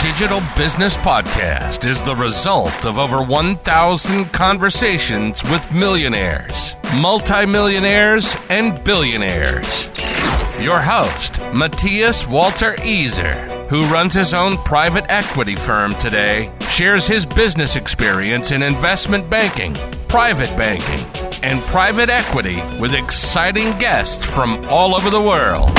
Digital Business Podcast is the result of over 1,000 conversations with millionaires, multimillionaires, and billionaires. Your host, Matthias Walter Easer, who runs his own private equity firm today, shares his business experience in investment banking, private banking, and private equity with exciting guests from all over the world.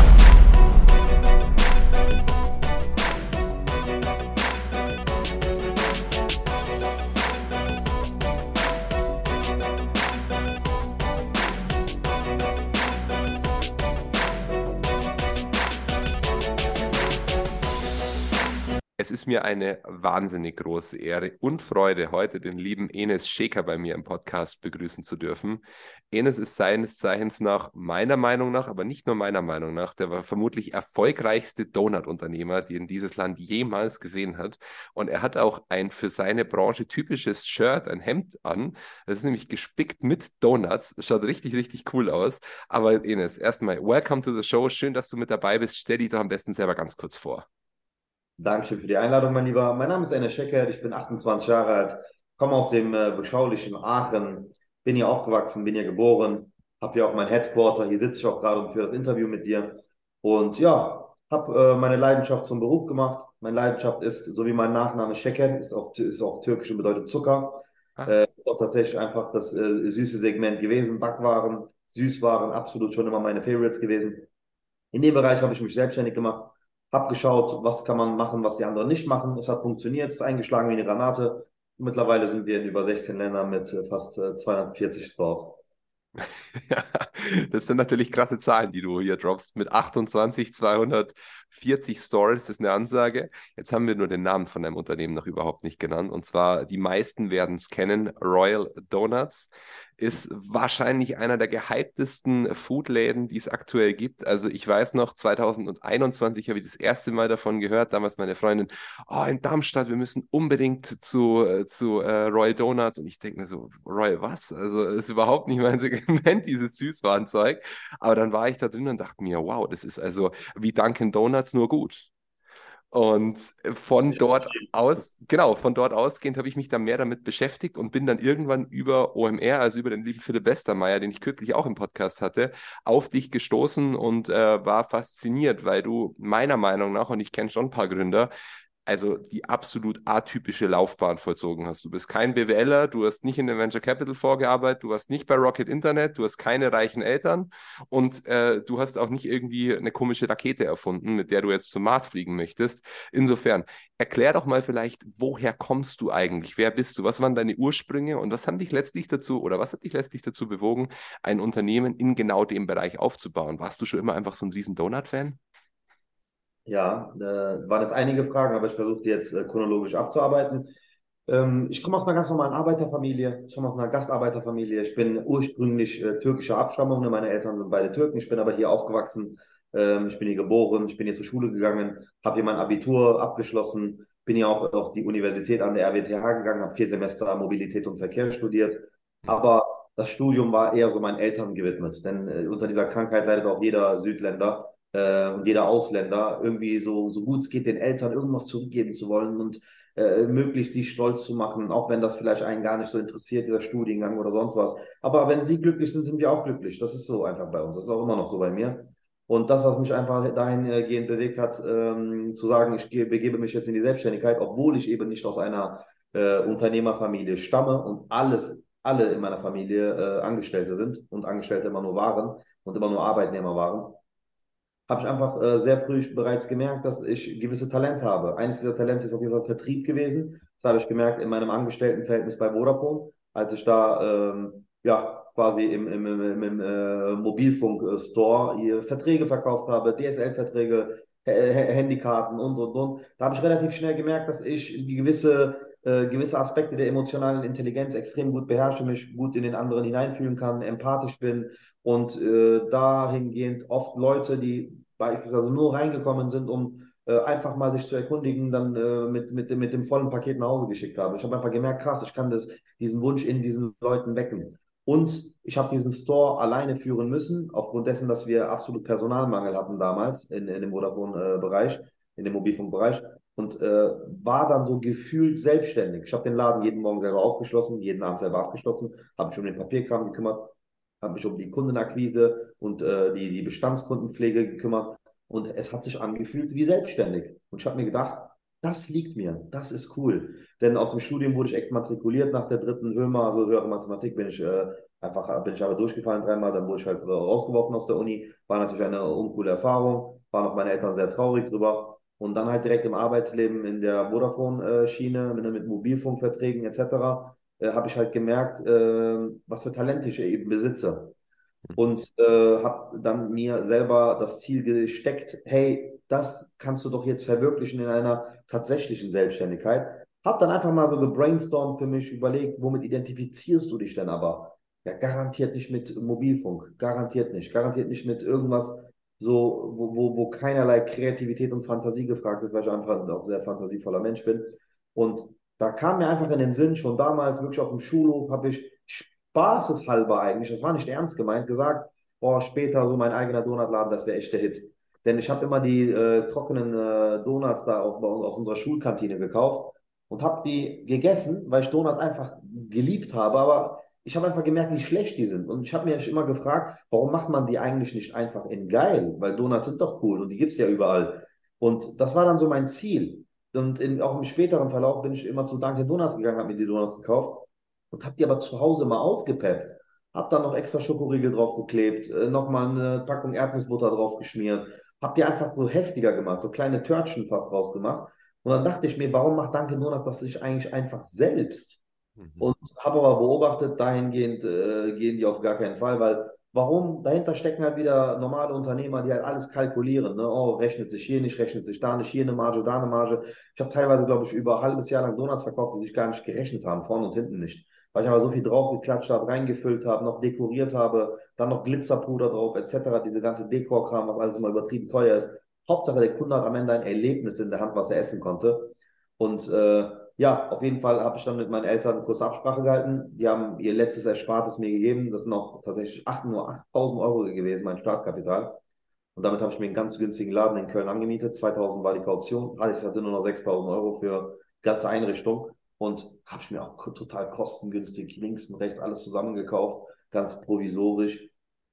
Es ist mir eine wahnsinnig große Ehre und Freude, heute den lieben Enes Scheker bei mir im Podcast begrüßen zu dürfen. Enes ist seines Zeichens nach, meiner Meinung nach, aber nicht nur meiner Meinung nach, der war vermutlich erfolgreichste Donut-Unternehmer, den dieses Land jemals gesehen hat. Und er hat auch ein für seine Branche typisches Shirt, ein Hemd an. Das ist nämlich gespickt mit Donuts. Schaut richtig, richtig cool aus. Aber Enes, erstmal, welcome to the show. Schön, dass du mit dabei bist. Stell dich doch am besten selber ganz kurz vor. Dankeschön für die Einladung, mein Lieber. Mein Name ist Enes Scheker, ich bin 28 Jahre alt, komme aus dem beschaulichen Aachen, bin hier aufgewachsen, bin hier geboren, habe hier auch mein Headquarter, hier sitze ich auch gerade für das Interview mit dir und ja, habe meine Leidenschaft zum Beruf gemacht. Meine Leidenschaft ist, so wie mein Nachname Scheker, ist auch türkisch und bedeutet Zucker. Ist auch tatsächlich einfach das süße Segment gewesen, Backwaren, Süßwaren, absolut schon immer meine Favorites gewesen. In dem Bereich habe ich mich selbstständig gemacht. Hab geschaut, was kann man machen, was die anderen nicht machen. Es hat funktioniert, es ist eingeschlagen wie eine Granate. Mittlerweile sind wir in über 16 Ländern mit fast 240 Stores. Ja, das sind natürlich krasse Zahlen, die du hier droppst. Mit 28, 240 Stores, das ist eine Ansage. Jetzt haben wir nur den Namen von deinem Unternehmen noch überhaupt nicht genannt. Und zwar, die meisten werden es kennen, Royal Donuts. Ist wahrscheinlich einer der gehyptesten Foodläden, die es aktuell gibt. Also ich weiß noch, 2021 habe ich das erste Mal davon gehört, damals meine Freundin, oh, in Darmstadt, wir müssen unbedingt zu Royal Donuts. Und ich denke mir so, Royal was? Also das ist überhaupt nicht mein Segment, dieses Süßwarenzeug. Aber dann war ich da drin und dachte mir, wow, das ist also wie Dunkin' Donuts, nur gut. Und von dort ausgehend habe ich mich dann mehr damit beschäftigt und bin dann irgendwann über OMR, also über den lieben Philipp Westermeier, den ich kürzlich auch im Podcast hatte, auf dich gestoßen und war fasziniert, weil du meiner Meinung nach, und ich kenne schon ein paar Gründer, also die absolut atypische Laufbahn vollzogen hast. Du bist kein BWLer, du hast nicht in der Venture Capital vorgearbeitet, du warst nicht bei Rocket Internet, du hast keine reichen Eltern und du hast auch nicht irgendwie eine komische Rakete erfunden, mit der du jetzt zum Mars fliegen möchtest. Insofern, erklär doch mal vielleicht, woher kommst du eigentlich? Wer bist du? Was waren deine Ursprünge und was hat dich letztlich dazu bewogen, ein Unternehmen in genau dem Bereich aufzubauen? Warst du schon immer einfach so ein riesen Donut-Fan? Ja, waren jetzt einige Fragen, aber ich versuche die jetzt chronologisch abzuarbeiten. Ich komme aus einer ganz normalen Arbeiterfamilie, ich komme aus einer Gastarbeiterfamilie. Ich bin ursprünglich türkischer Abstammung, ne? Meine Eltern sind beide Türken, ich bin aber hier aufgewachsen, ich bin hier geboren, ich bin hier zur Schule gegangen, habe hier mein Abitur abgeschlossen, bin hier auch auf die Universität an der RWTH gegangen, habe 4 Semester Mobilität und Verkehr studiert, aber das Studium war eher so meinen Eltern gewidmet, denn unter dieser Krankheit leidet auch jeder Südländer und jeder Ausländer, irgendwie so gut es geht, den Eltern irgendwas zurückgeben zu wollen und möglichst sie stolz zu machen, auch wenn das vielleicht einen gar nicht so interessiert, dieser Studiengang oder sonst was. Aber wenn sie glücklich sind, sind wir auch glücklich. Das ist so einfach bei uns. Das ist auch immer noch so bei mir. Und das, was mich einfach dahingehend bewegt hat, zu sagen, ich begebe mich jetzt in die Selbstständigkeit, obwohl ich eben nicht aus einer Unternehmerfamilie stamme und alle in meiner Familie Angestellte sind und Angestellte immer nur waren und immer nur Arbeitnehmer waren, habe ich einfach sehr früh bereits gemerkt, dass ich gewisse Talente habe. Eines dieser Talente ist auf jeden Fall Vertrieb gewesen. Das habe ich gemerkt in meinem Angestelltenverhältnis bei Vodafone, als ich da ja quasi im Mobilfunk-Store Verträge verkauft habe, DSL-Verträge, Handykarten und. Da habe ich relativ schnell gemerkt, dass ich die gewisse Aspekte der emotionalen Intelligenz extrem gut beherrsche, mich gut in den anderen hineinfühlen kann, empathisch bin und dahingehend oft Leute, die beispielsweise nur reingekommen sind, um einfach mal sich zu erkundigen, dann mit dem vollen Paket nach Hause geschickt habe. Ich habe einfach gemerkt, krass, ich kann diesen Wunsch in diesen Leuten wecken. Und ich habe diesen Store alleine führen müssen, aufgrund dessen, dass wir absolut Personalmangel hatten damals in dem Vodafone-Bereich, in dem Mobilfunkbereich. und war dann so gefühlt selbstständig. Ich habe den Laden jeden Morgen selber aufgeschlossen, jeden Abend selber abgeschlossen, habe mich um den Papierkram gekümmert, habe mich um die Kundenakquise und die Bestandskundenpflege gekümmert und es hat sich angefühlt wie selbstständig. Und ich habe mir gedacht, das liegt mir, das ist cool. Denn aus dem Studium wurde ich exmatrikuliert nach der dritten Hömer, also höhere Mathematik, bin ich aber durchgefallen dreimal, dann wurde ich halt rausgeworfen aus der Uni. War natürlich eine uncoole Erfahrung, waren auch meine Eltern sehr traurig drüber. Und dann halt direkt im Arbeitsleben in der Vodafone-Schiene, mit Mobilfunkverträgen etc., habe ich halt gemerkt, was für Talente ich eben besitze. Und habe dann mir selber das Ziel gesteckt, hey, das kannst du doch jetzt verwirklichen in einer tatsächlichen Selbstständigkeit. Habe dann einfach mal so gebrainstormt für mich, überlegt, womit identifizierst du dich denn aber? Ja, garantiert nicht mit Mobilfunk, garantiert nicht mit irgendwas, so, wo keinerlei Kreativität und Fantasie gefragt ist, weil ich einfach auch sehr fantasievoller Mensch bin. Und da kam mir einfach in den Sinn, schon damals, wirklich auf dem Schulhof, habe ich spaßeshalber eigentlich, das war nicht ernst gemeint, gesagt, boah, später so mein eigener Donutladen, das wäre echt der Hit. Denn ich habe immer die trockenen Donuts da auch bei uns aus unserer Schulkantine gekauft und habe die gegessen, weil ich Donuts einfach geliebt habe, aber ich habe einfach gemerkt, wie schlecht die sind. Und ich habe mich immer gefragt, warum macht man die eigentlich nicht einfach in geil? Weil Donuts sind doch cool und die gibt es ja überall. Und das war dann so mein Ziel. Und auch im späteren Verlauf bin ich immer zu Dunkin' Donuts gegangen, habe mir die Donuts gekauft und habe die aber zu Hause mal aufgepeppt. Habe dann noch extra Schokoriegel draufgeklebt, nochmal eine Packung Erdnussbutter draufgeschmiert. Habe die einfach so heftiger gemacht, so kleine Törtchen fast draus gemacht. Und dann dachte ich mir, warum macht Dunkin' Donuts das sich eigentlich einfach selbst? Und habe aber beobachtet, dahingehend gehen die auf gar keinen Fall, weil warum? Dahinter stecken halt wieder normale Unternehmer, die halt alles kalkulieren. Ne? Oh, rechnet sich hier nicht, rechnet sich da nicht, hier eine Marge, da eine Marge. Ich habe teilweise, glaube ich, über ein halbes Jahr lang Donuts verkauft, die sich gar nicht gerechnet haben, vorne und hinten nicht. Weil ich aber so viel draufgeklatscht habe, reingefüllt habe, noch dekoriert habe, dann noch Glitzerpuder drauf, etc. Diese ganze Dekorkram, was alles immer übertrieben teuer ist. Hauptsache, der Kunde hat am Ende ein Erlebnis in der Hand, was er essen konnte. Und ja, auf jeden Fall habe ich dann mit meinen Eltern kurze Absprache gehalten. Die haben ihr letztes Erspartes mir gegeben. Das sind noch tatsächlich nur 8.000 Euro gewesen, mein Startkapital. Und damit habe ich mir einen ganz günstigen Laden in Köln angemietet. 2.000 war die Kaution. Also ich hatte nur noch 6.000 Euro für ganze Einrichtung. Und habe ich mir auch total kostengünstig links und rechts alles zusammengekauft. Ganz provisorisch.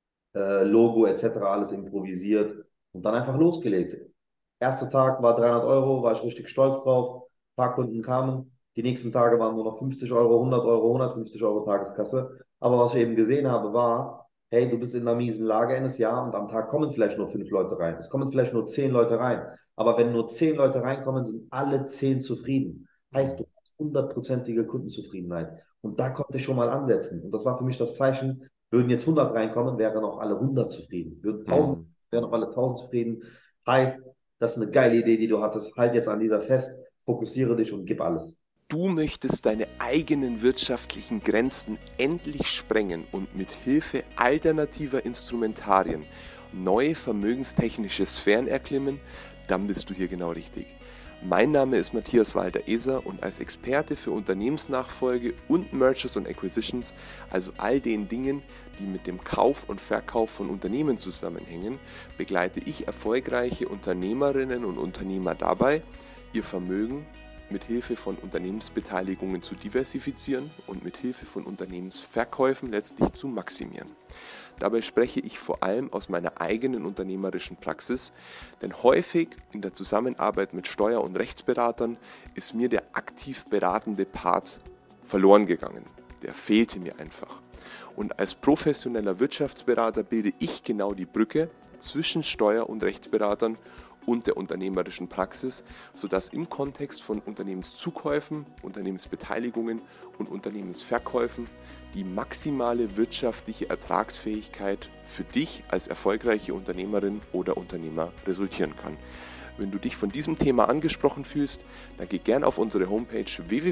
Logo etc. alles improvisiert. Und dann einfach losgelegt. Erster Tag war 300 Euro, war ich richtig stolz drauf. Ein paar Kunden kamen. Die nächsten Tage waren nur noch 50 Euro, 100 Euro, 150 Euro Tageskasse. Aber was ich eben gesehen habe, war, hey, du bist in einer miesen Lage eines Jahres und am Tag kommen vielleicht nur 5 Leute rein. Es kommen vielleicht nur 10 Leute rein. Aber wenn nur 10 Leute reinkommen, sind alle 10 zufrieden. Heißt, du hast 100%ige Kundenzufriedenheit. Und da konnte ich schon mal ansetzen. Und das war für mich das Zeichen, würden jetzt 100 reinkommen, wären auch alle 100 zufrieden. Würden 1000, wären auch alle 1000 zufrieden. Heißt, das ist eine geile Idee, die du hattest. Halt jetzt an dieser fest, fokussiere dich und gib alles. Du möchtest deine eigenen wirtschaftlichen Grenzen endlich sprengen und mit Hilfe alternativer Instrumentarien neue vermögenstechnische Sphären erklimmen, dann bist du hier genau richtig. Mein Name ist Matthias Walter-Eser und als Experte für Unternehmensnachfolge und Mergers und Acquisitions, also all den Dingen, die mit dem Kauf und Verkauf von Unternehmen zusammenhängen, begleite ich erfolgreiche Unternehmerinnen und Unternehmer dabei, ihr Vermögen mit Hilfe von Unternehmensbeteiligungen zu diversifizieren und mit Hilfe von Unternehmensverkäufen letztlich zu maximieren. Dabei spreche ich vor allem aus meiner eigenen unternehmerischen Praxis, denn häufig in der Zusammenarbeit mit Steuer- und Rechtsberatern ist mir der aktiv beratende Part verloren gegangen. Der fehlte mir einfach. Und als professioneller Wirtschaftsberater bilde ich genau die Brücke zwischen Steuer- und Rechtsberatern und der unternehmerischen Praxis, sodass im Kontext von Unternehmenszukäufen, Unternehmensbeteiligungen und Unternehmensverkäufen die maximale wirtschaftliche Ertragsfähigkeit für dich als erfolgreiche Unternehmerin oder Unternehmer resultieren kann. Wenn du dich von diesem Thema angesprochen fühlst, dann geh gerne auf unsere Homepage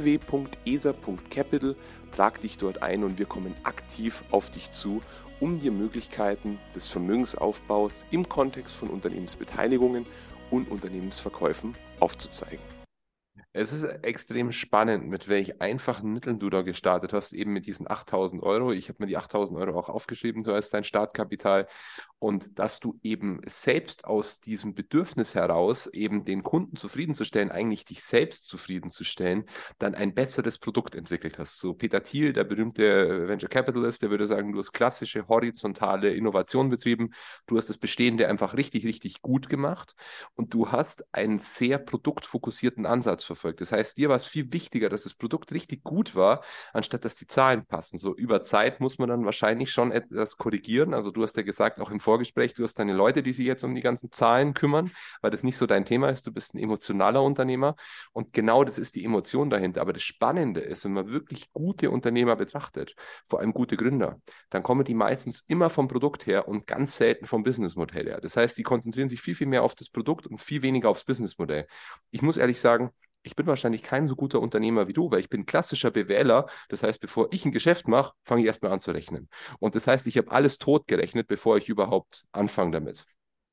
www.esa.capital, trag dich dort ein und wir kommen aktiv auf dich zu, um dir Möglichkeiten des Vermögensaufbaus im Kontext von Unternehmensbeteiligungen und Unternehmensverkäufen aufzuzeigen. Es ist extrem spannend, mit welch einfachen Mitteln du da gestartet hast, eben mit diesen 8.000 Euro. Ich habe mir die 8.000 Euro auch aufgeschrieben, so als dein Startkapital. Und dass du eben selbst aus diesem Bedürfnis heraus, eben den Kunden zufriedenzustellen, eigentlich dich selbst zufriedenzustellen, dann ein besseres Produkt entwickelt hast. So Peter Thiel, der berühmte Venture Capitalist, der würde sagen, du hast klassische horizontale Innovation betrieben. Du hast das Bestehende einfach richtig, richtig gut gemacht und du hast einen sehr produktfokussierten Ansatz verfolgt. Das heißt, dir war es viel wichtiger, dass das Produkt richtig gut war, anstatt dass die Zahlen passen. So über Zeit muss man dann wahrscheinlich schon etwas korrigieren. Also du hast ja gesagt, auch im Vorgespräch, du hast deine Leute, die sich jetzt um die ganzen Zahlen kümmern, weil das nicht so dein Thema ist. Du bist ein emotionaler Unternehmer und genau das ist die Emotion dahinter. Aber das Spannende ist, wenn man wirklich gute Unternehmer betrachtet, vor allem gute Gründer, dann kommen die meistens immer vom Produkt her und ganz selten vom Businessmodell her. Das heißt, die konzentrieren sich viel, viel mehr auf das Produkt und viel weniger aufs Businessmodell. Ich muss ehrlich sagen, ich bin wahrscheinlich kein so guter Unternehmer wie du, weil ich bin klassischer BWLer. Das heißt, bevor ich ein Geschäft mache, fange ich erstmal an zu rechnen. Und das heißt, ich habe alles totgerechnet, bevor ich überhaupt anfange damit.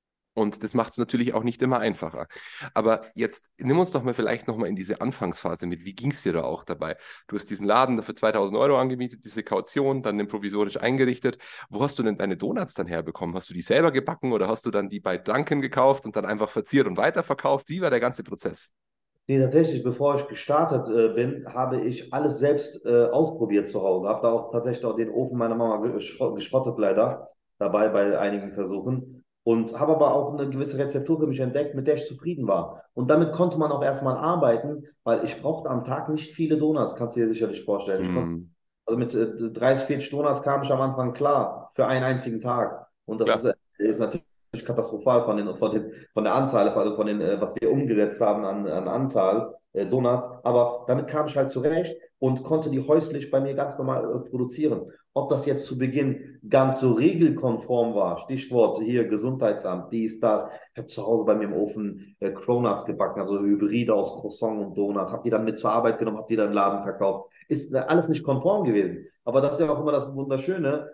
Und das macht es natürlich auch nicht immer einfacher. Aber jetzt nimm uns doch mal vielleicht nochmal in diese Anfangsphase mit. Wie ging es dir da auch dabei? Du hast diesen Laden dafür 2.000 Euro angemietet, diese Kaution, dann den provisorisch eingerichtet. Wo hast du denn deine Donuts dann herbekommen? Hast du die selber gebacken oder hast du dann die bei Dunkin' gekauft und dann einfach verziert und weiterverkauft? Wie war der ganze Prozess? Nee, tatsächlich, bevor ich gestartet bin, habe ich alles selbst ausprobiert zu Hause. Habe da auch tatsächlich auch den Ofen meiner Mama geschrottet leider dabei bei einigen Versuchen. Und habe aber auch eine gewisse Rezeptur für mich entdeckt, mit der ich zufrieden war. Und damit konnte man auch erstmal arbeiten, weil ich brauchte am Tag nicht viele Donuts, kannst du dir sicherlich vorstellen. Ich konnte, Hm, also mit 30, 40 Donuts kam ich am Anfang klar, für einen einzigen Tag. Und das klar. ist natürlich katastrophal von der Anzahl, also von den, was wir umgesetzt haben an Anzahl Donuts. Aber damit kam ich halt zurecht und konnte die häuslich bei mir ganz normal produzieren. Ob das jetzt zu Beginn ganz so regelkonform war, Stichwort hier Gesundheitsamt, dies, das. Ich habe zu Hause bei mir im Ofen Cronuts gebacken, also Hybride aus Croissant und Donuts, habe die dann mit zur Arbeit genommen, habe die dann im Laden verkauft. Ist alles nicht konform gewesen. Aber das ist ja auch immer das Wunderschöne.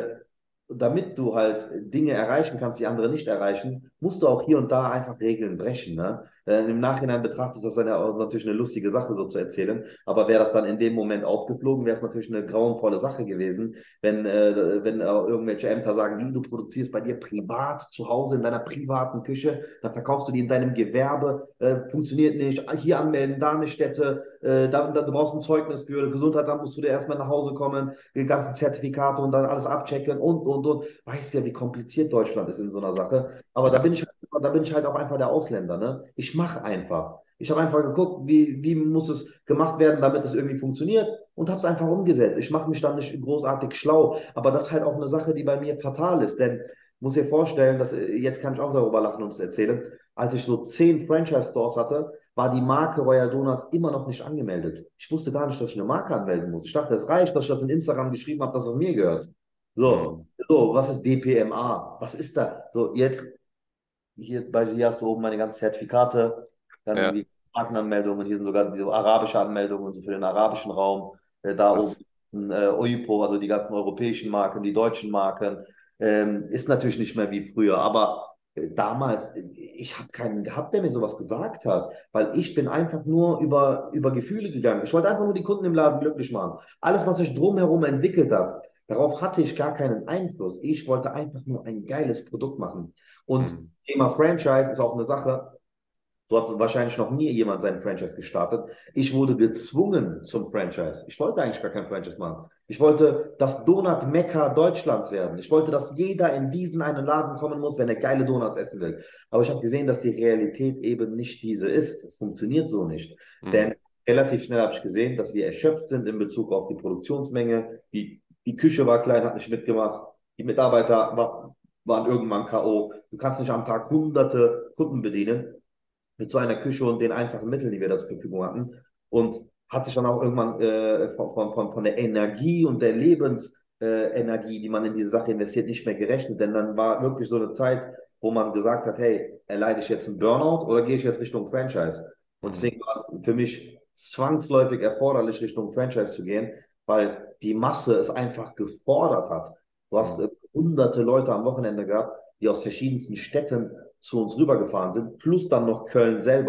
Damit du halt Dinge erreichen kannst, die andere nicht erreichen, musst du auch hier und da einfach Regeln brechen. Ne? Im Nachhinein betrachtet ist das dann ja auch natürlich eine lustige Sache, so zu erzählen. Aber wäre das dann in dem Moment aufgeflogen, wäre es natürlich eine grauenvolle Sache gewesen, wenn irgendwelche Ämter sagen, wie du produzierst bei dir privat, zu Hause in deiner privaten Küche, dann verkaufst du die in deinem Gewerbe, funktioniert nicht, hier anmelden, da eine Stätte, du brauchst ein Zeugnis für, Gesundheitsamt musst du dir erstmal nach Hause kommen, die ganzen Zertifikate und dann alles abchecken und. Weißt ja, wie kompliziert Deutschland ist in so einer Sache. Aber Ja. da bin ich halt auch einfach der Ausländer. Ne? Ich mache einfach. Ich habe einfach geguckt, wie muss es gemacht werden, damit es irgendwie funktioniert und habe es einfach umgesetzt. Ich mache mich dann nicht großartig schlau, aber das ist halt auch eine Sache, die bei mir fatal ist. Denn muss dir vorstellen, dass jetzt kann ich auch darüber lachen und es erzählen. Als ich so 10 Franchise-Stores hatte, war die Marke Royal Donuts immer noch nicht angemeldet. Ich wusste gar nicht, dass ich eine Marke anmelden muss. Ich dachte, es reicht, dass ich das in Instagram geschrieben habe, dass es mir gehört. Hm. So, was ist DPMA? Was ist da? So, jetzt, hier hast du oben meine ganzen Zertifikate, dann Ja, irgendwie Markenanmeldungen, hier sind sogar diese arabische Anmeldungen so für den arabischen Raum, da krass. oben EUIPO, also die ganzen europäischen Marken, die deutschen Marken, ist natürlich nicht mehr wie früher, aber damals, ich habe keinen gehabt, der mir sowas gesagt hat, weil ich bin einfach nur über Gefühle gegangen. Ich wollte einfach nur die Kunden im Laden glücklich machen. Alles, was sich drumherum entwickelt hat, darauf hatte ich gar keinen Einfluss. Ich wollte einfach nur ein geiles Produkt machen. Und Hm. Thema Franchise ist auch eine Sache, so hat wahrscheinlich noch nie jemand seinen Franchise gestartet. Ich wurde gezwungen zum Franchise. Ich wollte eigentlich gar kein Franchise machen. Ich wollte das Donut-Mekka Deutschlands werden. Ich wollte, dass jeder in diesen einen Laden kommen muss, wenn er geile Donuts essen will. Aber ich habe gesehen, dass die Realität eben nicht diese ist. Es funktioniert so nicht. Hm. Denn relativ schnell habe ich gesehen, dass wir erschöpft sind in Bezug auf die Produktionsmenge. Die Küche war klein, hat nicht mitgemacht. Die Mitarbeiter waren irgendwann K.O. Du kannst nicht am Tag hunderte Kunden bedienen mit so einer Küche und den einfachen Mitteln, die wir da zur Verfügung hatten. Und hat sich dann auch irgendwann von der Energie und der Lebensenergie, die man in diese Sache investiert, nicht mehr gerechnet. Denn dann war wirklich so eine Zeit, wo man gesagt hat, hey, erleide ich jetzt einen Burnout oder gehe ich jetzt Richtung Franchise? Und Hm. deswegen war es für mich zwangsläufig erforderlich, Richtung Franchise zu gehen, weil die Masse es einfach gefordert hat. Du hast Hm. hunderte Leute am Wochenende gehabt, die aus verschiedensten Städten zu uns rübergefahren sind, plus dann noch Köln selber.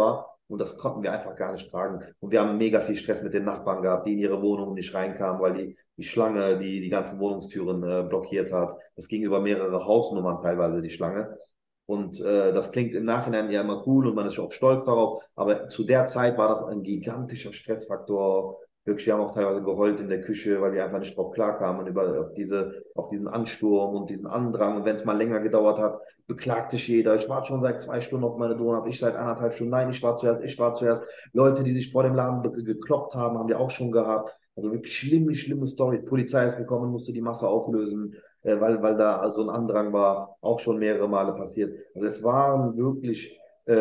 Und das konnten wir einfach gar nicht tragen. Und wir haben mega viel Stress mit den Nachbarn gehabt, die in ihre Wohnungen nicht reinkamen, weil die Schlange, die ganzen Wohnungstüren blockiert hat. Das ging über mehrere Hausnummern teilweise, die Schlange. Und das klingt im Nachhinein ja immer cool und man ist auch stolz darauf. Aber zu der Zeit war das ein gigantischer Stressfaktor. Wirklich, wir haben auch teilweise geheult in der Küche, weil wir einfach nicht drauf klarkamen auf diesen Ansturm und diesen Andrang. Und wenn es mal länger gedauert hat, beklagt sich jeder. Ich warte schon seit 2 Stunden auf meine Donut, ich seit 1,5 Stunden. Nein, ich war zuerst, ich war zuerst. Leute, die sich vor dem Laden gekloppt haben, haben wir auch schon gehabt. Also wirklich schlimme Story. Die Polizei ist gekommen, musste die Masse auflösen, weil da so ein Andrang war, auch schon mehrere Male passiert. Also es waren wirklich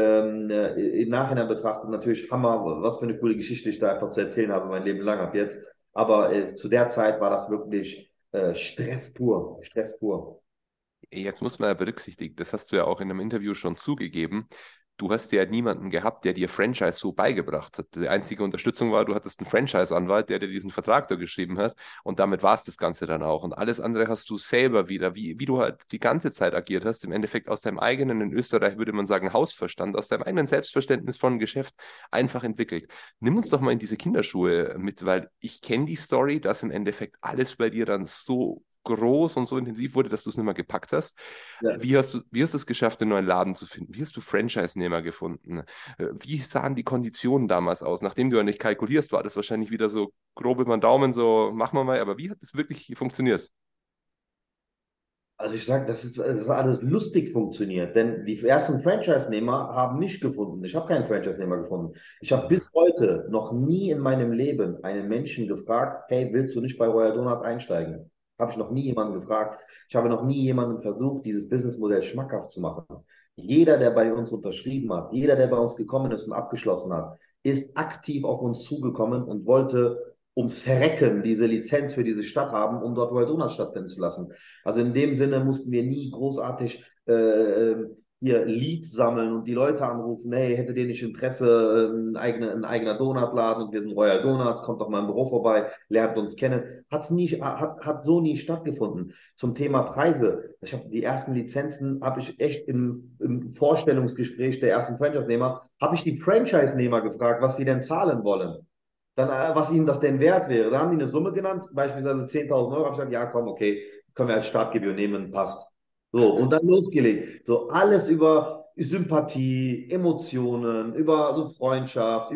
im Nachhinein betrachtet natürlich Hammer, was für eine coole Geschichte ich da einfach zu erzählen habe, mein Leben lang ab jetzt. Aber zu der Zeit war das wirklich Stress pur, Stress pur. Jetzt muss man ja berücksichtigen, das hast du ja auch in einem Interview schon zugegeben, du hast ja niemanden gehabt, der dir Franchise so beigebracht hat. Die einzige Unterstützung war, du hattest einen Franchise-Anwalt, der dir diesen Vertrag da geschrieben hat und damit war es das Ganze dann auch. Und alles andere hast du selber wieder, wie du halt die ganze Zeit agiert hast, im Endeffekt aus deinem eigenen, in Österreich würde man sagen, Hausverstand, aus deinem eigenen Selbstverständnis von Geschäft einfach entwickelt. Nimm uns doch mal in diese Kinderschuhe mit, weil ich kenne die Story, dass im Endeffekt alles bei dir dann so groß und so intensiv wurde, dass du es nicht mehr gepackt hast. Ja. Wie hast du es geschafft, einen neuen Laden zu finden? Wie hast du Franchise-Nehmer gefunden? Wie sahen die Konditionen damals aus? Nachdem du ja nicht kalkulierst, war das wahrscheinlich wieder so grob über den Daumen, so machen wir mal. Aber wie hat es wirklich funktioniert? Also ich sage, das hat alles lustig funktioniert, denn die ersten Franchise-Nehmer haben mich gefunden. Ich habe keinen Franchise-Nehmer gefunden. Ich habe bis heute noch nie in meinem Leben einen Menschen gefragt, hey, willst du nicht bei Royal Donuts einsteigen? Habe ich noch nie jemanden gefragt. Ich habe noch nie jemanden versucht, dieses Businessmodell schmackhaft zu machen. Jeder, der bei uns unterschrieben hat, jeder, der bei uns gekommen ist und abgeschlossen hat, ist aktiv auf uns zugekommen und wollte ums Verrecken diese Lizenz für diese Stadt haben, um dort Royal Donuts stattfinden zu lassen. Also in dem Sinne mussten wir nie großartig hier Leads sammeln und die Leute anrufen, hey, hättet ihr nicht Interesse, ein eigener Donutladen und wir sind Royal Donuts, kommt doch mal im Büro vorbei, lernt uns kennen. Hat so nie stattgefunden. Zum Thema Preise. Die ersten Lizenzen habe ich echt im Vorstellungsgespräch der ersten Franchise-Nehmer, habe ich die Franchise-Nehmer gefragt, was sie denn zahlen wollen. Dann, was ihnen das denn wert wäre. Da haben die eine Summe genannt, beispielsweise 10.000 Euro. Habe ich gesagt, ja, komm, okay, können wir als Startgebühr nehmen, passt. So, und dann losgelegt. So, alles über Sympathie, Emotionen, über so Freundschaft,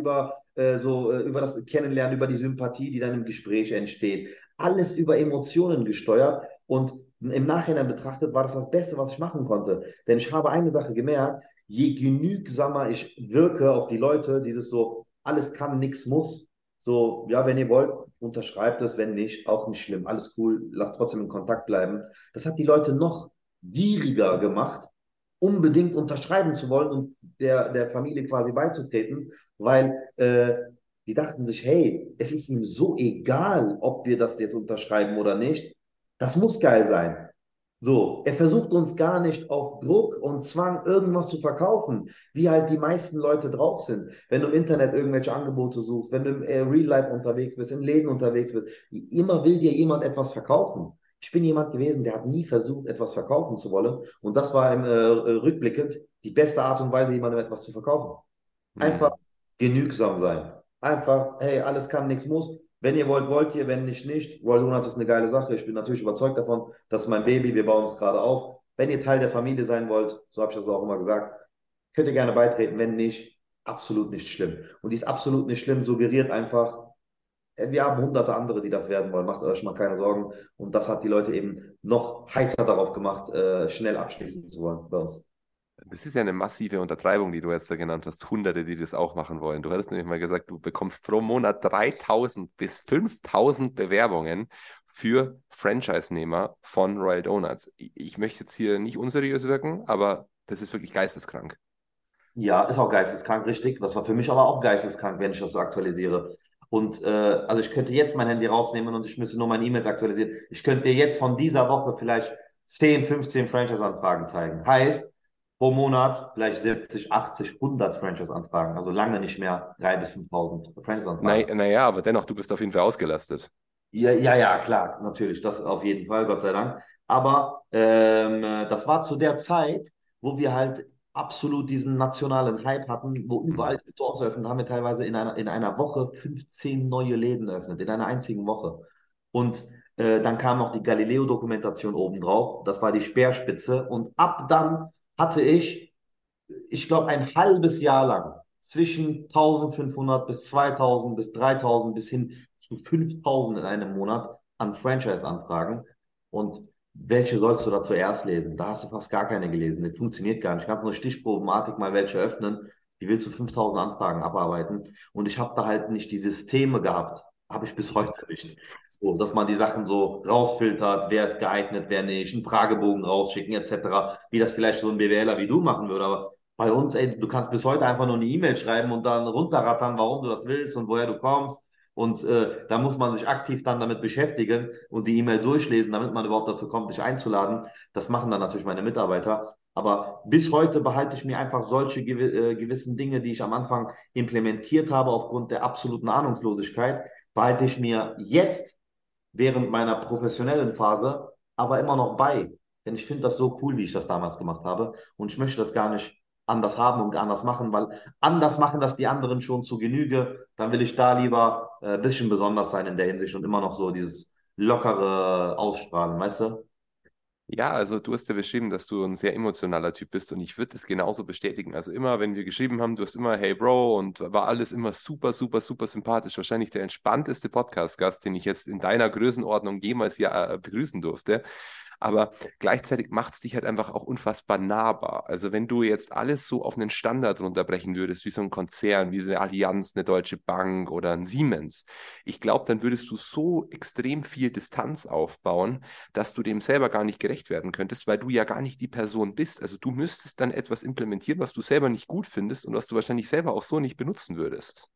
über das Kennenlernen, über die Sympathie, die dann im Gespräch entsteht. Alles über Emotionen gesteuert. Und im Nachhinein betrachtet war das Beste, was ich machen konnte. Denn ich habe eine Sache gemerkt, je genügsamer ich wirke auf die Leute, dieses so, alles kann, nichts muss, so, ja, wenn ihr wollt, unterschreibt es, wenn nicht, auch nicht schlimm, alles cool, lasst trotzdem in Kontakt bleiben. Das hat die Leute noch gieriger gemacht, unbedingt unterschreiben zu wollen und der Familie quasi beizutreten, weil die dachten sich, hey, es ist ihm so egal, ob wir das jetzt unterschreiben oder nicht. Das muss geil sein. So, er versucht uns gar nicht auf Druck und Zwang irgendwas zu verkaufen, wie halt die meisten Leute drauf sind. Wenn du im Internet irgendwelche Angebote suchst, wenn du im Real Life unterwegs bist, in Läden unterwegs bist, immer will dir jemand etwas verkaufen. Ich bin jemand gewesen, der hat nie versucht, etwas verkaufen zu wollen. Und das war rückblickend die beste Art und Weise, jemandem etwas zu verkaufen. Einfach genügsam sein. Einfach, hey, alles kann, nichts muss. Wenn ihr wollt, wollt ihr, wenn nicht, nicht. Royal Donuts ist eine geile Sache. Ich bin natürlich überzeugt davon. Das ist mein Baby. Wir bauen es gerade auf. Wenn ihr Teil der Familie sein wollt, so habe ich das auch immer gesagt, könnt ihr gerne beitreten. Wenn nicht, absolut nicht schlimm. Und dies absolut nicht schlimm suggeriert einfach, wir haben hunderte andere, die das werden wollen. Macht euch mal keine Sorgen. Und das hat die Leute eben noch heißer darauf gemacht, schnell abschließen zu wollen bei uns. Das ist ja eine massive Untertreibung, die du jetzt da genannt hast. Hunderte, die das auch machen wollen. Du hattest nämlich mal gesagt, du bekommst pro Monat 3.000 bis 5.000 Bewerbungen für Franchise-Nehmer von Royal Donuts. Ich möchte jetzt hier nicht unseriös wirken, aber das ist wirklich geisteskrank. Ja, ist auch geisteskrank, richtig. Das war für mich aber auch geisteskrank, wenn ich das so aktualisiere. Und also ich könnte jetzt mein Handy rausnehmen und ich müsste nur meine E-Mails aktualisieren. Ich könnte dir jetzt von dieser Woche vielleicht 10, 15 Franchise-Anfragen zeigen. Heißt, pro Monat vielleicht 70, 80, 100 Franchise-Anfragen. Also lange nicht mehr 3.000 bis 5.000 Franchise-Anfragen. Naja, aber dennoch, du bist auf jeden Fall ausgelastet. Ja, klar, natürlich. Das auf jeden Fall, Gott sei Dank. Aber das war zu der Zeit, wo wir halt absolut diesen nationalen Hype hatten, wo überall die Stores eröffnet, haben wir teilweise in einer Woche 15 neue Läden eröffnet, in einer einzigen Woche. Und dann kam noch die Galileo-Dokumentation obendrauf, das war die Speerspitze. Und ab dann hatte ich glaube, ein halbes Jahr lang zwischen 1500 bis 2000 bis 3000 bis hin zu 5000 in einem Monat an Franchise-Anfragen. Und welche sollst du da zuerst lesen? Da hast du fast gar keine gelesen. Das funktioniert gar nicht. Kannst nur Stichprobenmatik mal welche öffnen. Die willst du 5000 Anfragen abarbeiten. Und ich habe da halt nicht die Systeme gehabt. Habe ich bis heute nicht. So, dass man die Sachen so rausfiltert, wer ist geeignet, wer nicht, einen Fragebogen rausschicken, etc. Wie das vielleicht so ein BWLer wie du machen würde. Aber bei uns, ey, du kannst bis heute einfach nur eine E-Mail schreiben und dann runterrattern, warum du das willst und woher du kommst. Und da muss man sich aktiv dann damit beschäftigen und die E-Mail durchlesen, damit man überhaupt dazu kommt, dich einzuladen. Das machen dann natürlich meine Mitarbeiter. Aber bis heute behalte ich mir einfach solche gewissen Dinge, die ich am Anfang implementiert habe, aufgrund der absoluten Ahnungslosigkeit, behalte ich mir jetzt während meiner professionellen Phase aber immer noch bei. Denn ich finde das so cool, wie ich das damals gemacht habe. Und ich möchte das gar nicht anders haben und anders machen, weil anders machen das die anderen schon zu Genüge. Dann will ich da lieber ein bisschen besonders sein in der Hinsicht und immer noch so dieses lockere Ausstrahlen, weißt du? Ja, also du hast ja beschrieben, dass du ein sehr emotionaler Typ bist und ich würde es genauso bestätigen. Also immer, wenn wir geschrieben haben, du hast immer Hey Bro und war alles immer super, super, super sympathisch. Wahrscheinlich der entspannteste Podcast-Gast, den ich jetzt in deiner Größenordnung jemals ja begrüßen durfte. Aber gleichzeitig macht es dich halt einfach auch unfassbar nahbar. Also wenn du jetzt alles so auf einen Standard runterbrechen würdest, wie so ein Konzern, wie so eine Allianz, eine Deutsche Bank oder ein Siemens, ich glaube, dann würdest du so extrem viel Distanz aufbauen, dass du dem selber gar nicht gerecht werden könntest, weil du ja gar nicht die Person bist. Also du müsstest dann etwas implementieren, was du selber nicht gut findest und was du wahrscheinlich selber auch so nicht benutzen würdest.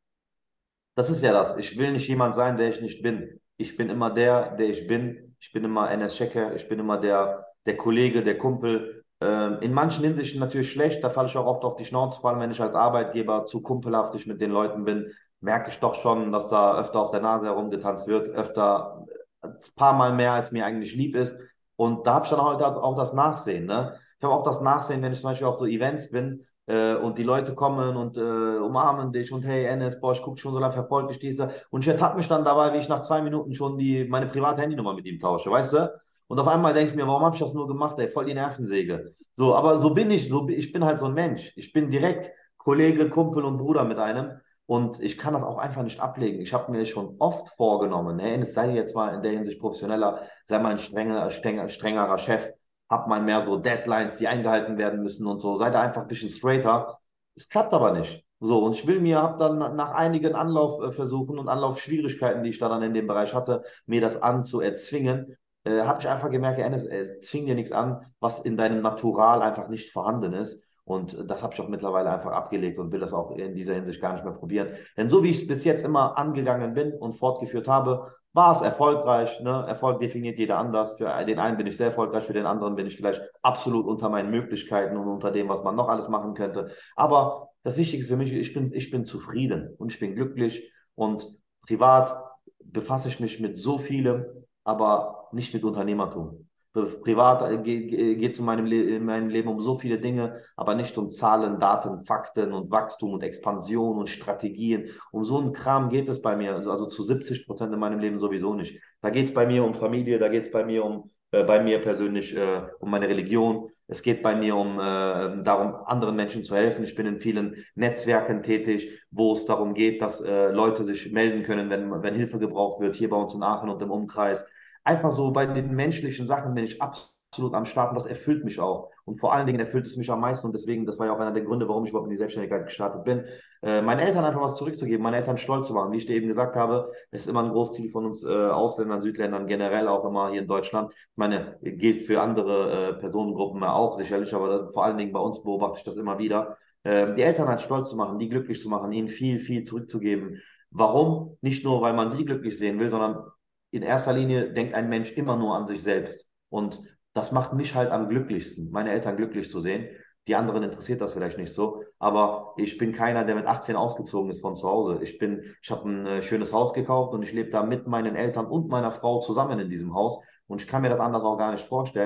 Das ist ja das. Ich will nicht jemand sein, der ich nicht bin. Ich bin immer der ich bin. Ich bin immer Enes Şeker. Ich bin immer der Kollege, der Kumpel. In manchen Hinsichten natürlich schlecht. Da falle ich auch oft auf die Schnauze. Vor allem, wenn ich als Arbeitgeber zu kumpelhaftig mit den Leuten bin, merke ich doch schon, dass da öfter auf der Nase herumgetanzt wird. Öfter, ein paar Mal mehr, als mir eigentlich lieb ist. Und da habe ich dann auch das Nachsehen. Ne? Ich habe auch das Nachsehen, wenn ich zum Beispiel auf so Events bin und die Leute kommen und umarmen dich und hey Enes, boah, ich gucke schon so lange, verfolge dich diese. Und ich ertappe mich dann dabei, wie ich nach 2 Minuten schon meine private Handynummer mit ihm tausche, weißt du? Und auf einmal denke ich mir, warum habe ich das nur gemacht, ey, voll die Nervensäge. So, aber so bin ich, ich bin halt so ein Mensch. Ich bin direkt Kollege, Kumpel und Bruder mit einem. Und ich kann das auch einfach nicht ablegen. Ich habe mir schon oft vorgenommen, hey, Enes, sei jetzt mal in der Hinsicht professioneller, sei mal ein strengerer Chef, hab mal mehr so Deadlines, die eingehalten werden müssen und so. Sei da einfach ein bisschen straighter. Es klappt aber nicht. So, und ich habe dann nach einigen Anlaufversuchen und Anlaufschwierigkeiten, die ich da dann in dem Bereich hatte, mir das anzuerzwingen, habe ich einfach gemerkt, Enes, zwing dir nichts an, was in deinem Natural einfach nicht vorhanden ist. Und das habe ich auch mittlerweile einfach abgelegt und will das auch in dieser Hinsicht gar nicht mehr probieren. Denn so wie ich es bis jetzt immer angegangen bin und fortgeführt habe, war es erfolgreich. Ne? Erfolg definiert jeder anders. Für den einen bin ich sehr erfolgreich, für den anderen bin ich vielleicht absolut unter meinen Möglichkeiten und unter dem, was man noch alles machen könnte. Aber das Wichtigste für mich, ich bin zufrieden und ich bin glücklich und privat befasse ich mich mit so vielem, aber nicht mit Unternehmertum. Privat geht es in meinem Leben um so viele Dinge, aber nicht um Zahlen, Daten, Fakten und Wachstum und Expansion und Strategien. Um so einen Kram geht es bei mir, also zu 70% in meinem Leben sowieso nicht. Da geht es bei mir um Familie, da geht es bei mir persönlich um meine Religion. Es geht bei mir darum, anderen Menschen zu helfen. Ich bin in vielen Netzwerken tätig, wo es darum geht, dass Leute sich melden können, wenn Hilfe gebraucht wird, hier bei uns in Aachen und im Umkreis. Einfach so bei den menschlichen Sachen bin ich absolut am Start und das erfüllt mich auch. Und vor allen Dingen erfüllt es mich am meisten und deswegen, das war ja auch einer der Gründe, warum ich überhaupt in die Selbstständigkeit gestartet bin, meinen Eltern einfach was zurückzugeben, meine Eltern stolz zu machen. Wie ich dir eben gesagt habe, das ist immer ein Großziel von uns Ausländern, Südländern, generell auch immer hier in Deutschland. Ich meine, gilt für andere Personengruppen auch sicherlich, aber vor allen Dingen bei uns beobachte ich das immer wieder. Die Eltern halt stolz zu machen, die glücklich zu machen, ihnen viel, viel zurückzugeben. Warum? Nicht nur, weil man sie glücklich sehen will, sondern in erster Linie denkt ein Mensch immer nur an sich selbst. Und das macht mich halt am glücklichsten, meine Eltern glücklich zu sehen. Die anderen interessiert das vielleicht nicht so, aber ich bin keiner, der mit 18 ausgezogen ist von zu Hause. Ich habe ein schönes Haus gekauft und ich lebe da mit meinen Eltern und meiner Frau zusammen in diesem Haus und ich kann mir das anders auch gar nicht vorstellen.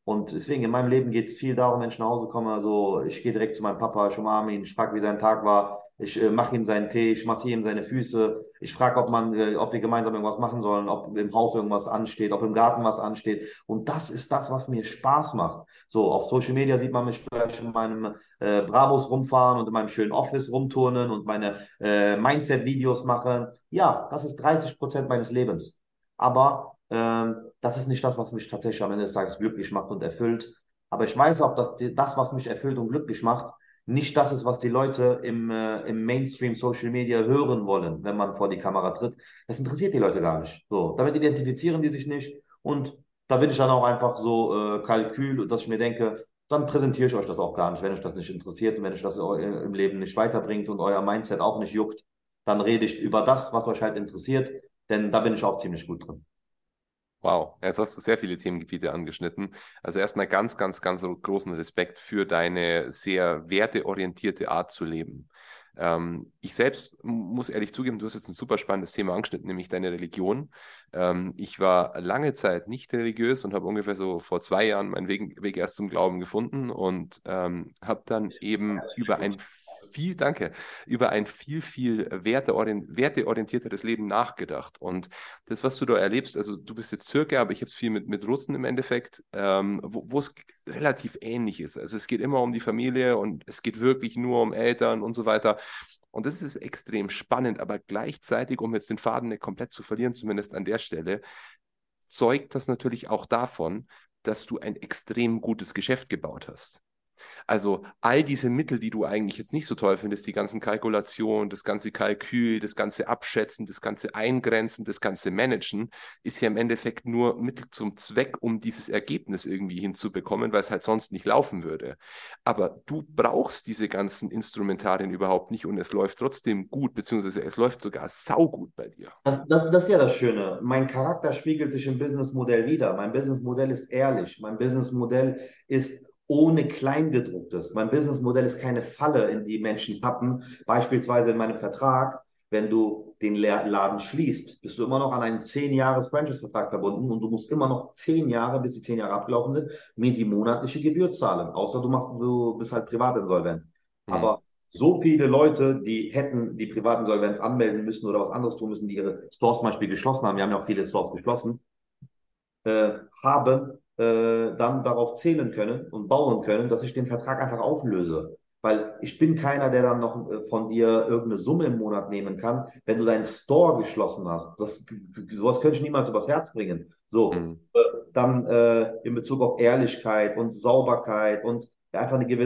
Und deswegen in meinem Leben geht es viel darum, wenn ich nach Hause komme, so ich gehe direkt zu meinem Papa, ich umarme ihn, ich frage, wie sein Tag war, ich mache ihm seinen Tee, ich massiere ihm seine Füße, ich frage, ob wir gemeinsam irgendwas machen sollen, ob im Haus irgendwas ansteht, ob im Garten was ansteht. Und das ist das, was mir Spaß macht. So, auf Social Media sieht man mich vielleicht in meinem Brabus rumfahren und in meinem schönen Office rumturnen und meine Mindset-Videos machen. Ja, das ist 30% meines Lebens. Aber das ist nicht das, was mich tatsächlich am Ende des Tages glücklich macht und erfüllt. Aber ich weiß auch, dass das, was mich erfüllt und glücklich macht, nicht das ist, was die Leute im Mainstream Social Media hören wollen, wenn man vor die Kamera tritt. Das interessiert die Leute gar nicht. So, damit identifizieren die sich nicht. Und da bin ich dann auch einfach so Kalkül, dass ich mir denke, dann präsentiere ich euch das auch gar nicht, wenn euch das nicht interessiert und wenn euch das im Leben nicht weiterbringt und euer Mindset auch nicht juckt, dann rede ich über das, was euch halt interessiert, denn da bin ich auch ziemlich gut drin. Wow, jetzt hast du sehr viele Themengebiete angeschnitten. Also erstmal ganz, ganz, ganz großen Respekt für deine sehr werteorientierte Art zu leben. Ich selbst muss ehrlich zugeben, du hast jetzt ein super spannendes Thema angeschnitten, nämlich deine Religion. Ich war lange Zeit nicht religiös und habe ungefähr so vor 2 Jahren meinen Weg erst zum Glauben gefunden und habe dann eben über ein viel werteorientierteres Leben nachgedacht. Und das, was du da erlebst, also du bist jetzt Türke, aber ich habe es viel mit Russen im Endeffekt, wo es relativ ähnlich ist. Also es geht immer um die Familie und es geht wirklich nur um Eltern und so weiter. Und das ist extrem spannend, aber gleichzeitig, um jetzt den Faden nicht komplett zu verlieren, zumindest an der Stelle, zeugt das natürlich auch davon, dass du ein extrem gutes Geschäft gebaut hast. Also all diese Mittel, die du eigentlich jetzt nicht so toll findest, die ganzen Kalkulationen, das ganze Kalkül, das ganze Abschätzen, das ganze Eingrenzen, das ganze Managen, ist ja im Endeffekt nur Mittel zum Zweck, um dieses Ergebnis irgendwie hinzubekommen, weil es halt sonst nicht laufen würde. Aber du brauchst diese ganzen Instrumentarien überhaupt nicht und es läuft trotzdem gut, beziehungsweise es läuft sogar saugut bei dir. Das ist ja das Schöne. Mein Charakter spiegelt sich im Businessmodell wider. Mein Businessmodell ist ehrlich. Mein Businessmodell ist ohne Kleingedrucktes. Mein Businessmodell ist keine Falle, in die Menschen tappen. Beispielsweise in meinem Vertrag, wenn du den Laden schließt, bist du immer noch an einen 10-Jahres-Franchise-Vertrag verbunden und du musst immer noch 10 Jahre, bis die 10 Jahre abgelaufen sind, mir die monatliche Gebühr zahlen. Außer du bist halt privatinsolvent. Aber so viele Leute, die hätten die Privatinsolvenz anmelden müssen oder was anderes tun müssen, die ihre Stores zum Beispiel geschlossen haben, wir haben ja auch viele Stores geschlossen, haben dann darauf zählen können und bauen können, dass ich den Vertrag einfach auflöse. Weil ich bin keiner, der dann noch von dir irgendeine Summe im Monat nehmen kann, wenn du deinen Store geschlossen hast. Sowas könnte ich niemals übers Herz bringen. So, dann in Bezug auf Ehrlichkeit und Sauberkeit und einfach ein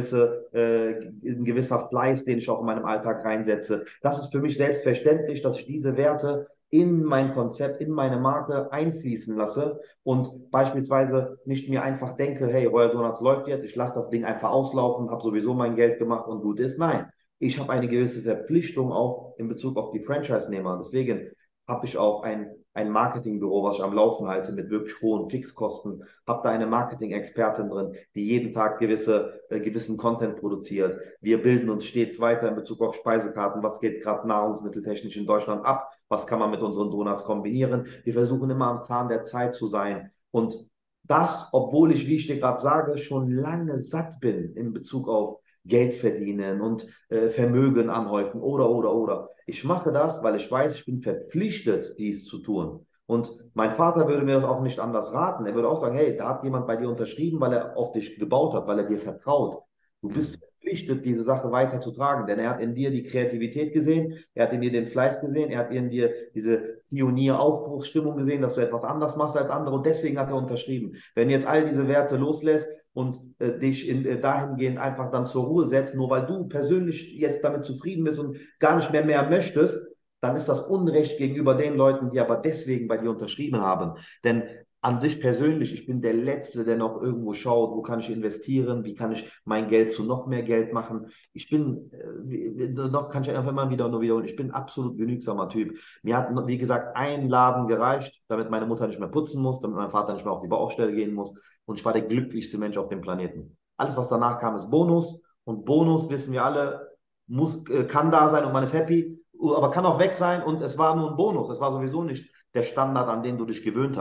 gewisser Fleiß, den ich auch in meinem Alltag reinsetze. Das ist für mich selbstverständlich, dass ich diese Werte in mein Konzept, in meine Marke einfließen lasse und beispielsweise nicht mir einfach denke, hey, Royal Donuts läuft jetzt, ich lasse das Ding einfach auslaufen, habe sowieso mein Geld gemacht und gut ist. Nein, ich habe eine gewisse Verpflichtung auch in Bezug auf die Franchise-Nehmer. Deswegen habe ich auch ein Marketingbüro, was ich am Laufen halte mit wirklich hohen Fixkosten, habe da eine Marketing-Expertin drin, die jeden Tag gewissen Content produziert. Wir bilden uns stets weiter in Bezug auf Speisekarten, was geht gerade nahrungsmitteltechnisch in Deutschland ab, was kann man mit unseren Donuts kombinieren. Wir versuchen immer am Zahn der Zeit zu sein und das, obwohl ich, wie ich dir gerade sage, schon lange satt bin in Bezug auf Geld verdienen und Vermögen anhäufen oder. Ich mache das, weil ich weiß, ich bin verpflichtet, dies zu tun. Und mein Vater würde mir das auch nicht anders raten. Er würde auch sagen, hey, da hat jemand bei dir unterschrieben, weil er auf dich gebaut hat, weil er dir vertraut. Du bist verpflichtet, diese Sache weiterzutragen, denn er hat in dir die Kreativität gesehen, er hat in dir den Fleiß gesehen, er hat in dir diese Pionier-Aufbruchsstimmung gesehen, dass du etwas anders machst als andere und deswegen hat er unterschrieben. Wenn jetzt all diese Werte loslässt, und dich dahingehend einfach dann zur Ruhe setzt, nur weil du persönlich jetzt damit zufrieden bist und gar nicht mehr möchtest, dann ist das Unrecht gegenüber den Leuten, die aber deswegen bei dir unterschrieben haben. Denn an sich persönlich, ich bin der Letzte, der noch irgendwo schaut, wo kann ich investieren, wie kann ich mein Geld zu noch mehr Geld machen. Ich bin, noch kann ich einfach immer wieder nur wiederholen, ich bin ein absolut genügsamer Typ. Mir hat, wie gesagt, ein Laden gereicht, damit meine Mutter nicht mehr putzen muss, damit mein Vater nicht mehr auf die Baustelle gehen muss. Und ich war der glücklichste Mensch auf dem Planeten. Alles, was danach kam, ist Bonus. Und Bonus, wissen wir alle, kann da sein und man ist happy, aber kann auch weg sein. Und es war nur ein Bonus. Es war sowieso nicht der Standard, an den du dich gewöhnt hast.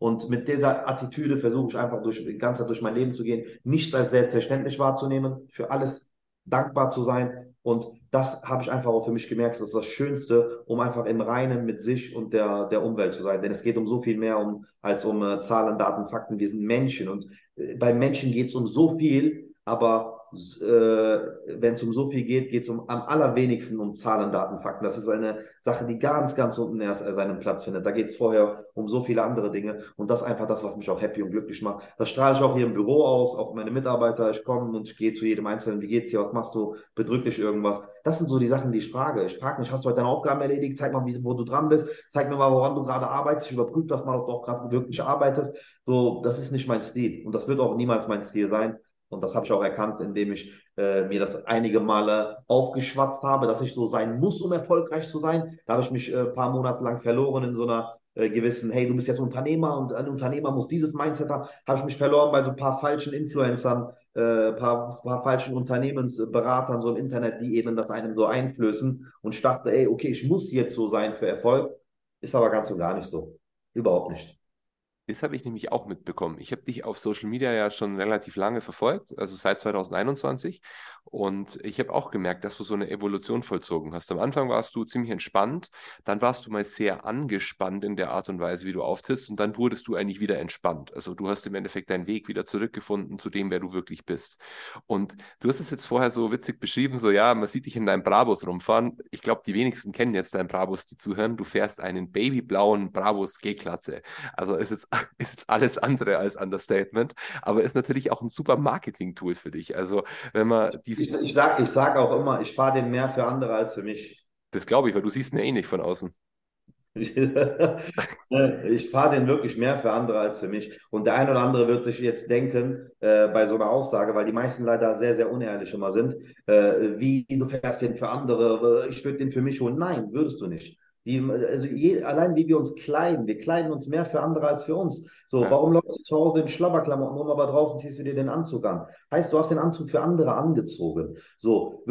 Und mit dieser Attitüde versuche ich einfach die ganze Zeit durch mein Leben zu gehen, nichts als selbstverständlich wahrzunehmen, für alles dankbar zu sein. Und das habe ich einfach auch für mich gemerkt, das ist das Schönste, um einfach im Reinen mit sich und der Umwelt zu sein. Denn es geht um so viel mehr als um Zahlen, Daten, Fakten. Wir sind Menschen und bei Menschen geht es um so viel, aber wenn es um so viel geht, geht es am allerwenigsten um Zahlen, Daten, Fakten. Das ist eine Sache, die ganz, ganz unten erst seinen Platz findet. Da geht es vorher um so viele andere Dinge und das ist einfach das, was mich auch happy und glücklich macht. Das strahle ich auch hier im Büro aus, auf meine Mitarbeiter. Ich komme und ich gehe zu jedem Einzelnen, wie geht's dir, was machst du, bedrückt dich irgendwas. Das sind so die Sachen, die ich frage. Ich frage nicht, hast du heute deine Aufgaben erledigt? Zeig mal, wo du dran bist. Zeig mir mal, woran du gerade arbeitest. Ich überprüfe das mal, ob du auch gerade wirklich arbeitest. So, das ist nicht mein Stil und das wird auch niemals mein Stil sein. Und das habe ich auch erkannt, indem ich mir das einige Male aufgeschwatzt habe, dass ich so sein muss, um erfolgreich zu sein. Da habe ich mich ein paar Monate lang verloren in so einer gewissen, hey, du bist jetzt Unternehmer und ein Unternehmer muss dieses Mindset haben. Habe ich mich verloren bei so ein paar falschen Influencern, paar falschen Unternehmensberatern so im Internet, die eben das einem so einflößen. Und ich dachte, ey, okay, ich muss jetzt so sein für Erfolg. Ist aber ganz und gar nicht so. Überhaupt nicht. Das habe ich nämlich auch mitbekommen. Ich habe dich auf Social Media ja schon relativ lange verfolgt, also seit 2021. Und ich habe auch gemerkt, dass du so eine Evolution vollzogen hast. Am Anfang warst du ziemlich entspannt, dann warst du mal sehr angespannt in der Art und Weise, wie du auftrittst, und dann wurdest du eigentlich wieder entspannt. Also du hast im Endeffekt deinen Weg wieder zurückgefunden zu dem, wer du wirklich bist. Und du hast es jetzt vorher so witzig beschrieben, so ja, man sieht dich in deinem Brabus rumfahren. Ich glaube, die wenigsten kennen jetzt deinen Brabus, die zuhören. Du fährst einen babyblauen Brabus G-Klasse. Also ist jetzt alles andere als Understatement, aber ist natürlich auch ein super Marketing-Tool für dich. Also wenn man Ich sag auch immer, ich fahre den mehr für andere als für mich. das glaube ich, weil du siehst ihn ja eh nicht von außen. Ich fahre den wirklich mehr für andere als für mich. Und der ein oder andere wird sich jetzt denken, bei so einer Aussage, weil die meisten leider sehr, sehr unehrlich immer sind, wie du fährst den für andere, ich würde den für mich holen. Nein, würdest du nicht. Allein wie wir uns kleiden, wir kleiden uns mehr für andere als für uns. So, Ja. warum läufst du zu Hause in Schlabberklamotten rum, aber draußen ziehst du dir den Anzug an? Heißt, du hast den Anzug für andere angezogen. So,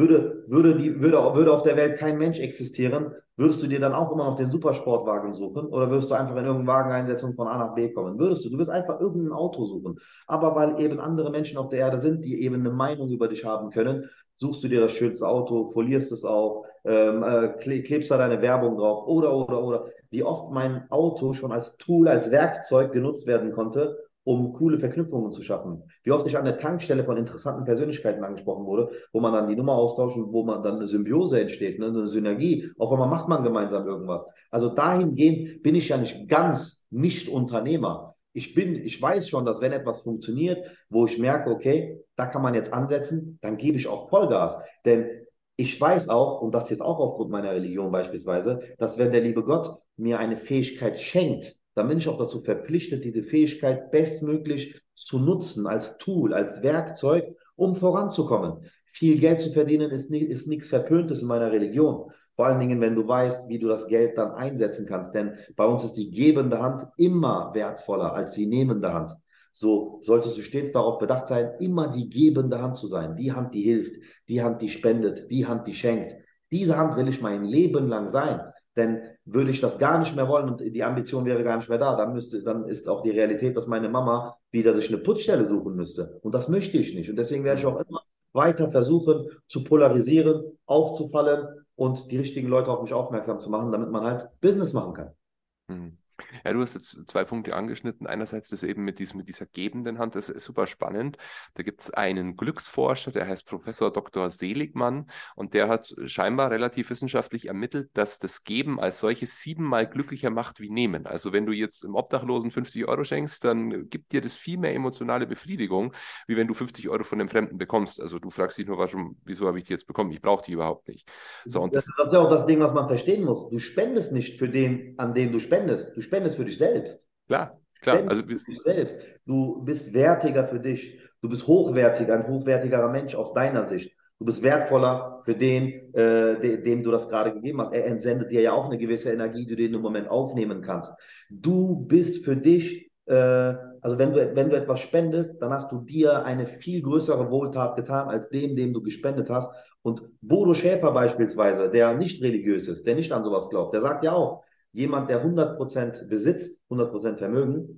würde auf der Welt kein Mensch existieren, würdest du dir dann auch immer noch den Supersportwagen suchen oder würdest du einfach in irgendeinen Wagen einsetzen und von A nach B kommen? Du wirst einfach irgendein Auto suchen. Aber weil eben andere Menschen auf der Erde sind, die eben eine Meinung über dich haben können, suchst du dir das schönste Auto, folierst es auch, klebst da deine Werbung drauf oder. Wie oft mein Auto schon als Tool, als Werkzeug genutzt werden konnte, um coole Verknüpfungen zu schaffen. Wie oft ich an der Tankstelle von interessanten Persönlichkeiten angesprochen wurde, wo man dann die Nummer austauscht und wo man dann eine Symbiose entsteht, ne, eine Synergie. Auf einmal macht man gemeinsam irgendwas. Also dahingehend bin ich ja nicht ganz Nicht-Unternehmer. Ich weiß schon, dass wenn etwas funktioniert, wo ich merke, okay, da kann man jetzt ansetzen, dann gebe ich auch Vollgas. Denn ich weiß auch, und das jetzt auch aufgrund meiner Religion beispielsweise, dass wenn der liebe Gott mir eine Fähigkeit schenkt, dann bin ich auch dazu verpflichtet, diese Fähigkeit bestmöglich zu nutzen, als Tool, als Werkzeug, um voranzukommen. Viel Geld zu verdienen ist nichts Verpöntes in meiner Religion. Vor allen Dingen, wenn du weißt, wie du das Geld dann einsetzen kannst. Denn bei uns ist die gebende Hand immer wertvoller als die nehmende Hand. So solltest du stets darauf bedacht sein, immer die gebende Hand zu sein. Die Hand, die hilft, die Hand, die spendet, die Hand, die schenkt. Diese Hand will ich mein Leben lang sein. Denn würde ich das gar nicht mehr wollen und die Ambition wäre gar nicht mehr da, dann ist auch die Realität, dass meine Mama wieder sich eine Putzstelle suchen müsste. Und das möchte ich nicht. Und deswegen werde ich auch immer weiter versuchen zu polarisieren, aufzufallen und die richtigen Leute auf mich aufmerksam zu machen, damit man halt Business machen kann. Hm. Ja, du hast jetzt zwei Punkte angeschnitten. Einerseits das eben mit dieser gebenden Hand, das ist super spannend. Da gibt es einen Glücksforscher, der heißt Professor Dr. Seligmann, und der hat scheinbar relativ wissenschaftlich ermittelt, dass das Geben als solches 7-mal glücklicher macht wie Nehmen. Also wenn du jetzt im Obdachlosen 50 Euro schenkst, dann gibt dir das viel mehr emotionale Befriedigung, wie wenn du 50 Euro von einem Fremden bekommst. Also du fragst dich nur, wieso habe ich die jetzt bekommen? Ich brauche die überhaupt nicht. So, und Das ist ja auch das Ding, was man verstehen muss. Du spendest nicht für den, an den du spendest. Du spendest für dich selbst. klar. Also Spendest für dich selbst. Du bist wertiger für dich. Du bist hochwertiger, ein hochwertigerer Mensch aus deiner Sicht. Du bist wertvoller für den, dem du das gerade gegeben hast. Er entsendet dir ja auch eine gewisse Energie, die du in dem Moment aufnehmen kannst. Du bist für dich, also wenn du etwas spendest, dann hast du dir eine viel größere Wohltat getan, als dem du gespendet hast. Und Bodo Schäfer beispielsweise, der nicht religiös ist, der nicht an sowas glaubt, der sagt ja auch, jemand, der 100% besitzt, 100% Vermögen,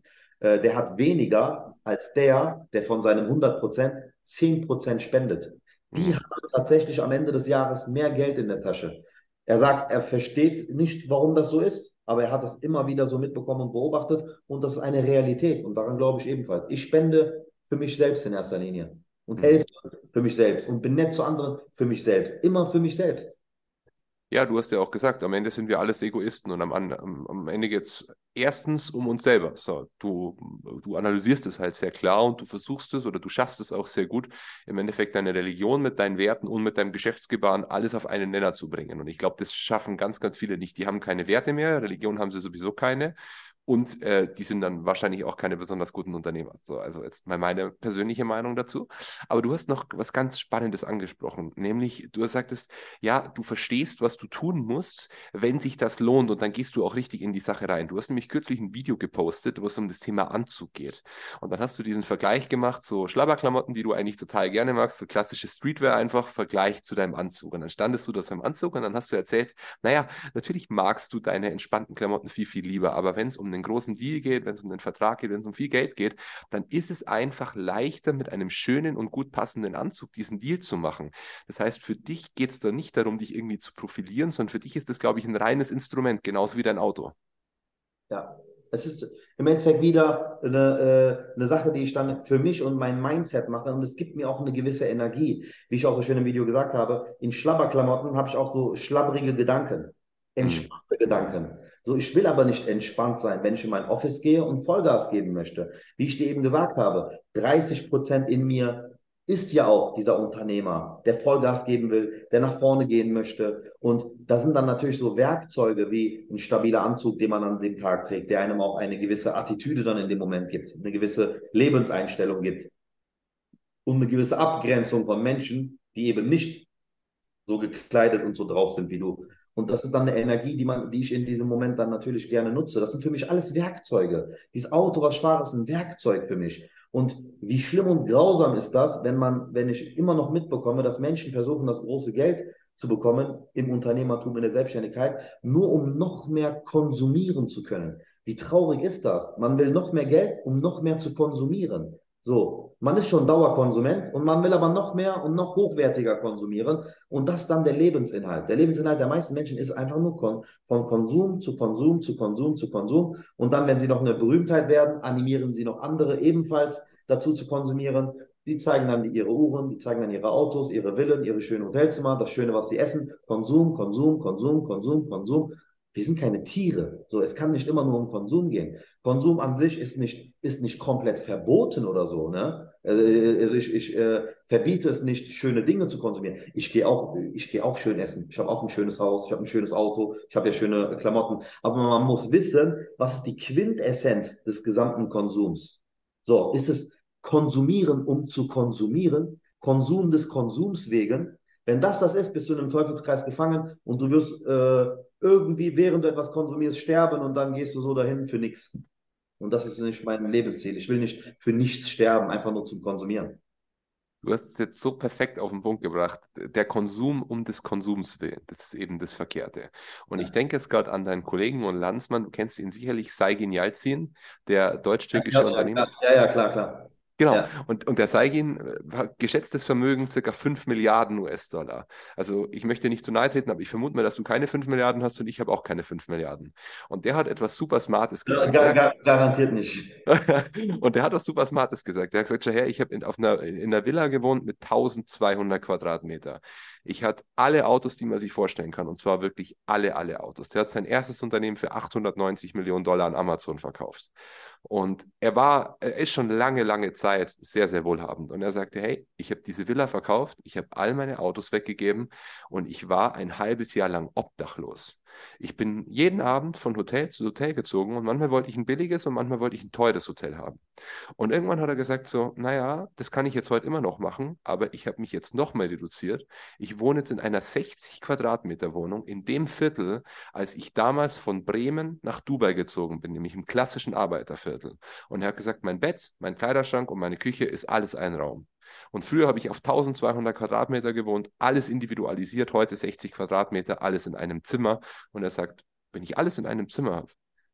der hat weniger als der von seinem 100% 10% spendet. Die haben tatsächlich am Ende des Jahres mehr Geld in der Tasche. Er sagt, er versteht nicht, warum das so ist, aber er hat das immer wieder so mitbekommen und beobachtet und das ist eine Realität und daran glaube ich ebenfalls. Ich spende für mich selbst in erster Linie und helfe für mich selbst und bin nett zu anderen für mich selbst, immer für mich selbst. Ja, du hast ja auch gesagt, am Ende sind wir alles Egoisten und am Ende geht es erstens um uns selber. So, du analysierst es halt sehr klar und du versuchst es oder du schaffst es auch sehr gut, im Endeffekt deine Religion mit deinen Werten und mit deinem Geschäftsgebaren alles auf einen Nenner zu bringen. Und ich glaube, das schaffen ganz, ganz viele nicht. Die haben keine Werte mehr, Religion haben sie sowieso keine. Und die sind dann wahrscheinlich auch keine besonders guten Unternehmer. So, also jetzt mal meine persönliche Meinung dazu. Aber du hast noch was ganz Spannendes angesprochen, nämlich du sagtest, ja, du verstehst, was du tun musst, wenn sich das lohnt und dann gehst du auch richtig in die Sache rein. Du hast nämlich kürzlich ein Video gepostet, wo es um das Thema Anzug geht. Und dann hast du diesen Vergleich gemacht, so Schlabberklamotten, die du eigentlich total gerne magst, so klassische Streetwear einfach, Vergleich zu deinem Anzug. Und dann standest du das im Anzug und dann hast du erzählt, naja, natürlich magst du deine entspannten Klamotten viel, viel lieber, aber wenn es um einen großen Deal geht, wenn es um den Vertrag geht, wenn es um viel Geld geht, dann ist es einfach leichter, mit einem schönen und gut passenden Anzug diesen Deal zu machen. Das heißt, für dich geht es da nicht darum, dich irgendwie zu profilieren, sondern für dich ist das, glaube ich, ein reines Instrument, genauso wie dein Auto. Ja, es ist im Endeffekt wieder eine Sache, die ich dann für mich und mein Mindset mache. Und es gibt mir auch eine gewisse Energie. Wie ich auch so schön im Video gesagt habe, in Schlabberklamotten habe ich auch so schlabbrige Gedanken, entspannte Gedanken. So, ich will aber nicht entspannt sein, wenn ich in mein Office gehe und Vollgas geben möchte. Wie ich dir eben gesagt habe, 30% in mir ist ja auch dieser Unternehmer, der Vollgas geben will, der nach vorne gehen möchte. Und da sind dann natürlich so Werkzeuge wie ein stabiler Anzug, den man an dem Tag trägt, der einem auch eine gewisse Attitüde dann in dem Moment gibt, eine gewisse Lebenseinstellung gibt und eine gewisse Abgrenzung von Menschen, die eben nicht so gekleidet und so drauf sind wie du. Und das ist dann eine Energie, die ich in diesem Moment dann natürlich gerne nutze. Das sind für mich alles Werkzeuge. Dieses Auto, was ich fahre, ist ein Werkzeug für mich. Und wie schlimm und grausam ist das, wenn ich immer noch mitbekomme, dass Menschen versuchen, das große Geld zu bekommen im Unternehmertum, in der Selbstständigkeit, nur um noch mehr konsumieren zu können. Wie traurig ist das? Man will noch mehr Geld, um noch mehr zu konsumieren. So, man ist schon Dauerkonsument und man will aber noch mehr und noch hochwertiger konsumieren. Und das ist dann der Lebensinhalt. Der Lebensinhalt der meisten Menschen ist einfach nur von Konsum zu Konsum zu Konsum zu Konsum. Und dann, wenn sie noch eine Berühmtheit werden, animieren sie noch andere ebenfalls dazu zu konsumieren. Die zeigen dann ihre Uhren, die zeigen dann ihre Autos, ihre Villen, ihre schönen Hotelzimmer, das Schöne, was sie essen. Konsum, Konsum, Konsum, Konsum, Konsum. Wir sind keine Tiere. So, es kann nicht immer nur um Konsum gehen. Konsum an sich ist nicht komplett verboten oder so, ne? Also ich verbiete es nicht, schöne Dinge zu konsumieren. Ich gehe auch schön essen. Ich habe auch ein schönes Haus, ich habe ein schönes Auto, ich habe ja schöne Klamotten. Aber man muss wissen, was ist die Quintessenz des gesamten Konsums? So, ist es konsumieren, um zu konsumieren? Konsum des Konsums wegen? Wenn das ist, bist du in einem Teufelskreis gefangen und du wirst irgendwie, während du etwas konsumierst, sterben und dann gehst du so dahin für nichts. Und das ist nicht mein Lebensziel. Ich will nicht für nichts sterben, einfach nur zum Konsumieren. Du hast es jetzt so perfekt auf den Punkt gebracht. Der Konsum um des Konsums willen, das ist eben das Verkehrte. Und ich denke jetzt gerade an deinen Kollegen und Landsmann, du kennst ihn sicherlich, Saygin Yalcin, der deutsch-türkische Unternehmer. Ja, klar, klar. Genau, Ja. und der Saygin hat geschätztes Vermögen ca. 5 Milliarden US-Dollar. Also ich möchte nicht zu nahe treten, aber ich vermute mal, dass du keine 5 Milliarden hast und ich habe auch keine 5 Milliarden. Und der hat etwas super Smartes gesagt. Garantiert nicht. Und der hat was super Smartes gesagt. Der hat gesagt, Herr, ich habe in einer Villa gewohnt mit 1200 Quadratmeter. Ich hatte alle Autos, die man sich vorstellen kann, und zwar wirklich alle Autos. Der hat sein erstes Unternehmen für 890 Millionen Dollar an Amazon verkauft. Und er ist schon lange Zeit sehr, sehr wohlhabend. Und er sagte, hey, ich habe diese Villa verkauft, ich habe all meine Autos weggegeben und ich war ein halbes Jahr lang obdachlos. Ich bin jeden Abend von Hotel zu Hotel gezogen und manchmal wollte ich ein billiges und manchmal wollte ich ein teures Hotel haben. Und irgendwann hat er gesagt so, naja, das kann ich jetzt heute immer noch machen, aber ich habe mich jetzt noch mal reduziert. Ich wohne jetzt in einer 60 Quadratmeter Wohnung in dem Viertel, als ich damals von Bremen nach Dubai gezogen bin, nämlich im klassischen Arbeiterviertel. Und er hat gesagt, mein Bett, mein Kleiderschrank und meine Küche ist alles ein Raum. Und früher habe ich auf 1200 Quadratmeter gewohnt, alles individualisiert, heute 60 Quadratmeter, alles in einem Zimmer. Und er sagt, wenn ich alles in einem Zimmer habe,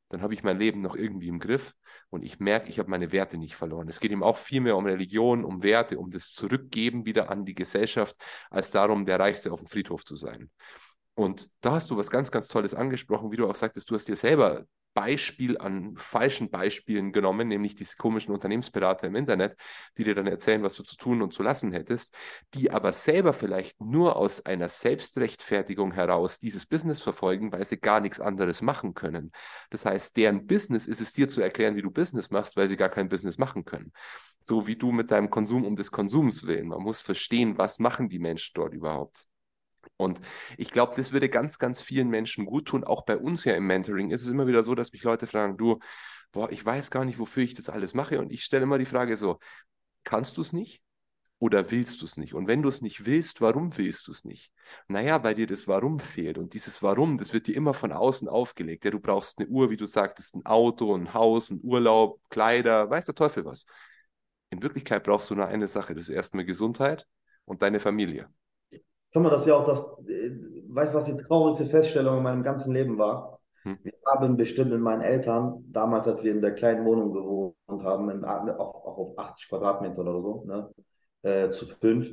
dann habe ich mein Leben noch irgendwie im Griff und ich merke, ich habe meine Werte nicht verloren. Es geht ihm auch viel mehr um Religion, um Werte, um das Zurückgeben wieder an die Gesellschaft, als darum, der Reichste auf dem Friedhof zu sein. Und da hast du was ganz, ganz Tolles angesprochen, wie du auch sagtest, du hast dir selber Beispiel an falschen Beispielen genommen, nämlich diese komischen Unternehmensberater im Internet, die dir dann erzählen, was du zu tun und zu lassen hättest, die aber selber vielleicht nur aus einer Selbstrechtfertigung heraus dieses Business verfolgen, weil sie gar nichts anderes machen können. Das heißt, deren Business ist es dir zu erklären, wie du Business machst, weil sie gar kein Business machen können. So wie du mit deinem Konsum um des Konsums willen. Man muss verstehen, was machen die Menschen dort überhaupt. Und ich glaube, das würde ganz, ganz vielen Menschen gut tun. Auch bei uns ja im Mentoring ist es immer wieder so, dass mich Leute fragen, du, boah, ich weiß gar nicht, wofür ich das alles mache. Und ich stelle immer die Frage so, kannst du es nicht oder willst du es nicht? Und wenn du es nicht willst, warum willst du es nicht? Naja, weil dir das Warum fehlt. Und dieses Warum, das wird dir immer von außen aufgelegt. Ja, du brauchst eine Uhr, wie du sagtest, ein Auto, ein Haus, ein Urlaub, Kleider, weiß der Teufel was. In Wirklichkeit brauchst du nur eine Sache, das ist erstmal Gesundheit und deine Familie. Guck mal, das ist ja auch das, weißt du, was die traurigste Feststellung in meinem ganzen Leben war? Hm. Wir haben bestimmt mit meinen Eltern, damals, als wir in der kleinen Wohnung gewohnt haben, auch auf 80 Quadratmeter oder so, ne, zu fünft.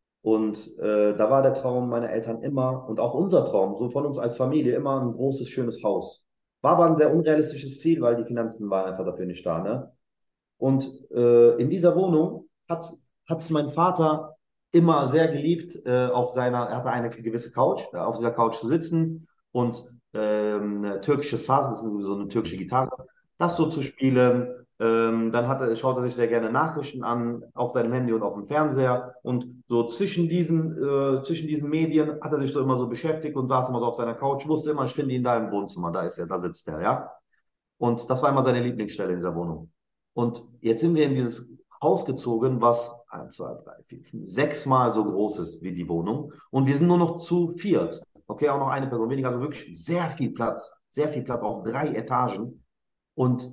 Und da war der Traum meiner Eltern immer, und auch unser Traum, so von uns als Familie, immer ein großes, schönes Haus. War aber ein sehr unrealistisches Ziel, weil die Finanzen waren einfach dafür nicht da, ne? Und in dieser Wohnung hat's mein Vater immer sehr geliebt, er hatte eine gewisse Couch, auf dieser Couch zu sitzen und eine türkische Saz, das ist so eine türkische Gitarre, das so zu spielen. Schaut er sich sehr gerne Nachrichten an, auf seinem Handy und auf dem Fernseher. Und so zwischen diesen Medien hat er sich so immer so beschäftigt und saß immer so auf seiner Couch, wusste immer, ich finde ihn da im Wohnzimmer, da ist er, da sitzt er, ja. Und das war immer seine Lieblingsstelle in dieser Wohnung. Und jetzt sind wir in dieses Haus gezogen, was 1, 2, 3, 4, 5, 6-mal so groß ist wie die Wohnung. Und wir sind nur noch zu viert. Okay, auch noch eine Person weniger, also wirklich sehr viel Platz auf 3 Etagen. Und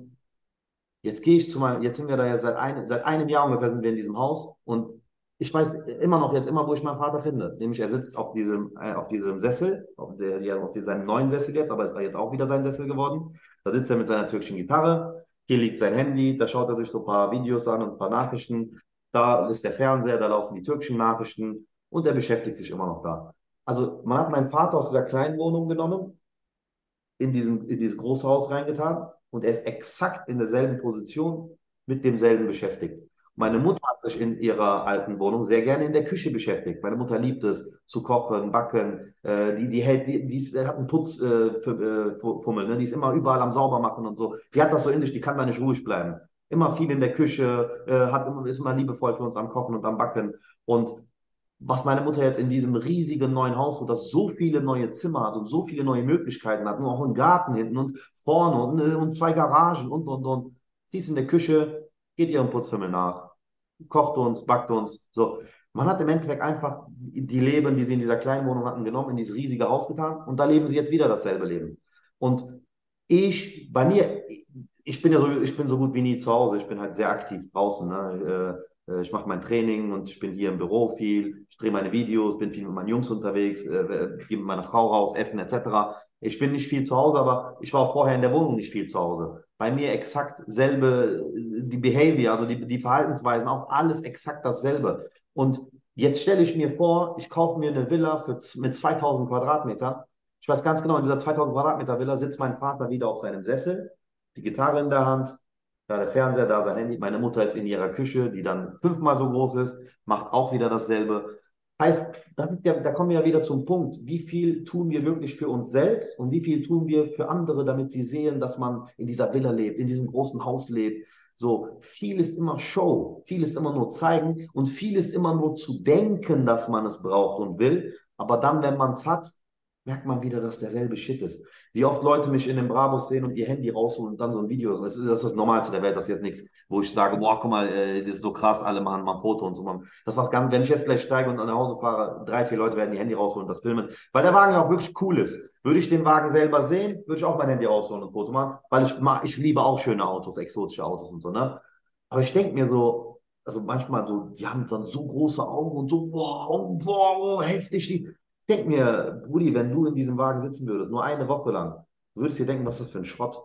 jetzt sind wir da ja seit einem Jahr ungefähr sind wir in diesem Haus. Und ich weiß immer noch jetzt immer, wo ich meinen Vater finde. Nämlich er sitzt auf diesem Sessel, seinem neuen Sessel jetzt, aber es ist jetzt auch wieder sein Sessel geworden. Da sitzt er mit seiner türkischen Gitarre. Hier liegt sein Handy, da schaut er sich so ein paar Videos an und ein paar Nachrichten. Da ist der Fernseher, da laufen die türkischen Nachrichten und er beschäftigt sich immer noch da. Also man hat meinen Vater aus dieser kleinen Wohnung genommen, in dieses große Haus reingetan und er ist exakt in derselben Position mit demselben beschäftigt. Meine Mutter hat sich in ihrer alten Wohnung sehr gerne in der Küche beschäftigt. Meine Mutter liebt es, zu kochen, backen. Hat einen Putzfummel, ne? Die ist immer überall am Saubermachen und so. Die hat das so in sich, die kann da nicht ruhig bleiben. Immer viel in der Küche, ist immer liebevoll für uns am Kochen und am Backen. Und was meine Mutter jetzt in diesem riesigen neuen Haus, wo das so viele neue Zimmer hat und so viele neue Möglichkeiten hat, und auch einen Garten hinten und vorne und 2 Garagen und. Sie ist in der Küche, geht ihrem Putzfimmel nach, kocht uns, backt uns. So. Man hat im Endeffekt einfach die Leben, die sie in dieser kleinen Wohnung hatten, genommen, in dieses riesige Haus getan und da leben sie jetzt wieder dasselbe Leben. Und bei mir, ich bin so gut wie nie zu Hause, ich bin halt sehr aktiv draußen, ne? Ich mache mein Training und ich bin hier im Büro viel, ich drehe meine Videos, bin viel mit meinen Jungs unterwegs, gehe mit meiner Frau raus, essen etc. Ich bin nicht viel zu Hause, aber ich war auch vorher in der Wohnung nicht viel zu Hause. Bei mir exakt selbe, die Behavior, also die Verhaltensweisen, auch alles exakt dasselbe. Und jetzt stelle ich mir vor, ich kaufe mir eine Villa mit 2000 Quadratmetern. Ich weiß ganz genau, in dieser 2000 Quadratmeter Villa sitzt mein Vater wieder auf seinem Sessel, die Gitarre in der Hand, da der Fernseher, da sein Handy. Meine Mutter ist in ihrer Küche, die dann 5-mal so groß ist, macht auch wieder dasselbe. Heißt, da kommen wir ja wieder zum Punkt, wie viel tun wir wirklich für uns selbst und wie viel tun wir für andere, damit sie sehen, dass man in dieser Villa lebt, in diesem großen Haus lebt. So, viel ist immer Show, viel ist immer nur zeigen und viel ist immer nur zu denken, dass man es braucht und will. Aber dann, wenn man es hat, merkt man wieder, dass derselbe Shit ist. Wie oft Leute mich in den Bravos sehen und ihr Handy rausholen und dann so ein Video. Das ist das Normalste der Welt, das ist jetzt nichts, wo ich sage, boah, guck mal, das ist so krass, alle machen mal ein Foto und so. Das war's ganz, wenn ich jetzt gleich steige und nach Hause fahre, 3, 4 Leute werden die Handy rausholen und das filmen, weil der Wagen ja auch wirklich cool ist. Würde ich den Wagen selber sehen, würde ich auch mein Handy rausholen und ein Foto machen, weil ich liebe auch schöne Autos, exotische Autos und so, ne? Aber ich denke mir so, also manchmal so, die haben dann so große Augen und so, wow, heftig, Ich denke mir, Brudi, wenn du in diesem Wagen sitzen würdest, nur eine Woche lang, du würdest dir denken, was ist das für ein Schrott?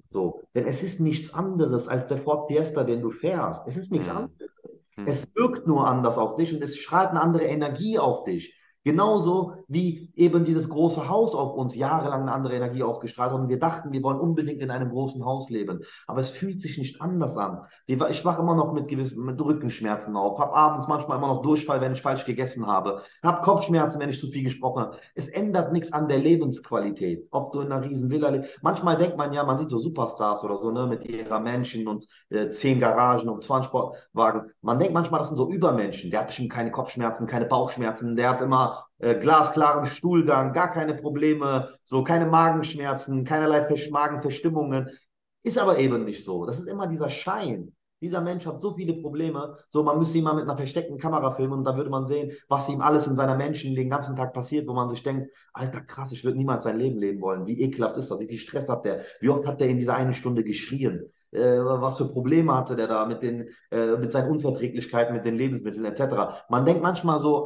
So, denn es ist nichts anderes als der Ford Fiesta, den du fährst. Es ist nichts Hm. anderes. Hm. Es wirkt nur anders auf dich und es strahlt eine andere Energie auf dich. Genauso wie eben dieses große Haus auf uns jahrelang eine andere Energie ausgestrahlt hat und wir dachten, wir wollen unbedingt in einem großen Haus leben. Aber es fühlt sich nicht anders an. Ich wache immer noch mit Rückenschmerzen auf, habe abends manchmal immer noch Durchfall, wenn ich falsch gegessen habe, habe Kopfschmerzen, wenn ich zu viel gesprochen habe. Es ändert nichts an der Lebensqualität, ob du in einer riesen Villa lebst. Manchmal denkt man ja, man sieht so Superstars oder so, ne, mit ihrer Mansion und 10 Garagen und 20 Sportwagen. Man denkt manchmal, das sind so Übermenschen. Der hat bestimmt keine Kopfschmerzen, keine Bauchschmerzen, der hat immer glasklaren Stuhlgang, gar keine Probleme, so keine Magenschmerzen, keinerlei Magenverstimmungen. Ist aber eben nicht so. Das ist immer dieser Schein. Dieser Mensch hat so viele Probleme, so man müsste ihn mal mit einer versteckten Kamera filmen und dann würde man sehen, was ihm alles in seiner Menschen den ganzen Tag passiert, wo man sich denkt, Alter, krass, ich würde niemals sein Leben leben wollen. Wie ekelhaft ist das? Wie viel Stress hat der? Wie oft hat der in dieser einen Stunde geschrien? Was für Probleme hatte der da mit seinen Unverträglichkeiten, mit den Lebensmitteln etc. Man denkt manchmal so,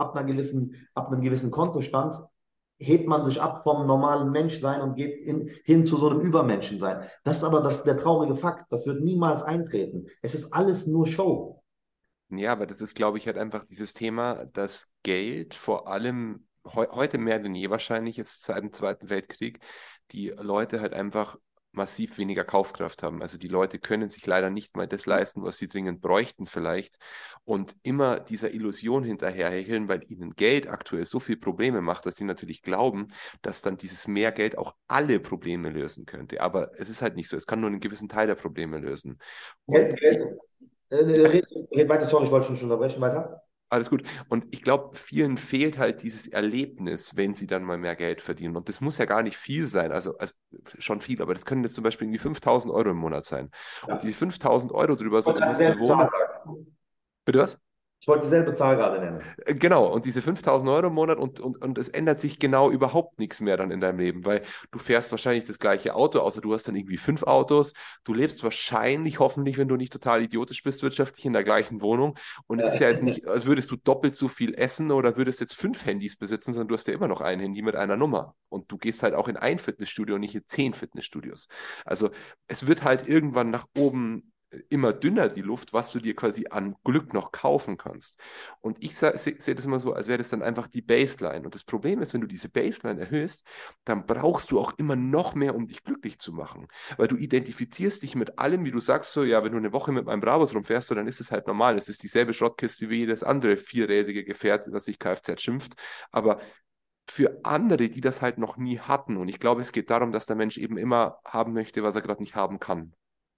ab einem gewissen Kontostand hebt man sich ab vom normalen Menschsein und geht hin zu so einem Übermenschensein. Das ist aber der traurige Fakt. Das wird niemals eintreten. Es ist alles nur Show. Ja, aber das ist, glaube ich, halt einfach dieses Thema, dass Geld vor allem heute mehr denn je wahrscheinlich ist seit dem Zweiten Weltkrieg, die Leute halt einfach massiv weniger Kaufkraft haben. Also die Leute können sich leider nicht mal das leisten, was sie dringend bräuchten vielleicht und immer dieser Illusion hinterherhecheln, weil ihnen Geld aktuell so viel Probleme macht, dass sie natürlich glauben, dass dann dieses mehr Geld auch alle Probleme lösen könnte. Aber es ist halt nicht so. Es kann nur einen gewissen Teil der Probleme lösen. Und Geld, ja, red weiter, sorry, ich wollte schon unterbrechen, weiter. alles gut. Und ich glaube, vielen fehlt halt dieses Erlebnis, wenn sie dann mal mehr Geld verdienen. Und das muss ja gar nicht viel sein, also schon viel, aber das können jetzt zum Beispiel irgendwie 5.000 € im Monat sein. Und Ja. diese 5.000 € drüber, Ich so, wollte du gerade hast eine dieselbe Zahl Wohnung. sagen. Bitte was? Ich wollte dieselbe Zahl gerade nennen. Genau, und diese 5.000 € im Monat und es ändert sich genau überhaupt nichts mehr dann in deinem Leben, weil du fährst wahrscheinlich das gleiche Auto, außer du hast dann irgendwie 5 Autos. Du lebst wahrscheinlich, hoffentlich, wenn du nicht total idiotisch bist, wirtschaftlich in der gleichen Wohnung. Und es ist ja jetzt nicht, als würdest du doppelt so viel essen oder würdest jetzt 5 Handys besitzen, sondern du hast ja immer noch ein Handy mit einer Nummer. Und du gehst halt auch in ein Fitnessstudio und nicht in 10 Fitnessstudios. Also es wird halt irgendwann nach oben immer dünner die Luft, was du dir quasi an Glück noch kaufen kannst. Und ich sehe das immer so, als wäre das dann einfach die Baseline. Und das Problem ist, wenn du diese Baseline erhöhst, dann brauchst du auch immer noch mehr, um dich glücklich zu machen. Weil du identifizierst dich mit allem, wie du sagst, so, ja, wenn du eine Woche mit meinem Brabus rumfährst, so, dann ist es halt normal. Es ist dieselbe Schrottkiste wie jedes andere vierrädige Gefährt, das sich Kfz schimpft. Aber für andere, die das halt noch nie hatten, und ich glaube, es geht darum, dass der Mensch eben immer haben möchte, was er gerade nicht haben kann.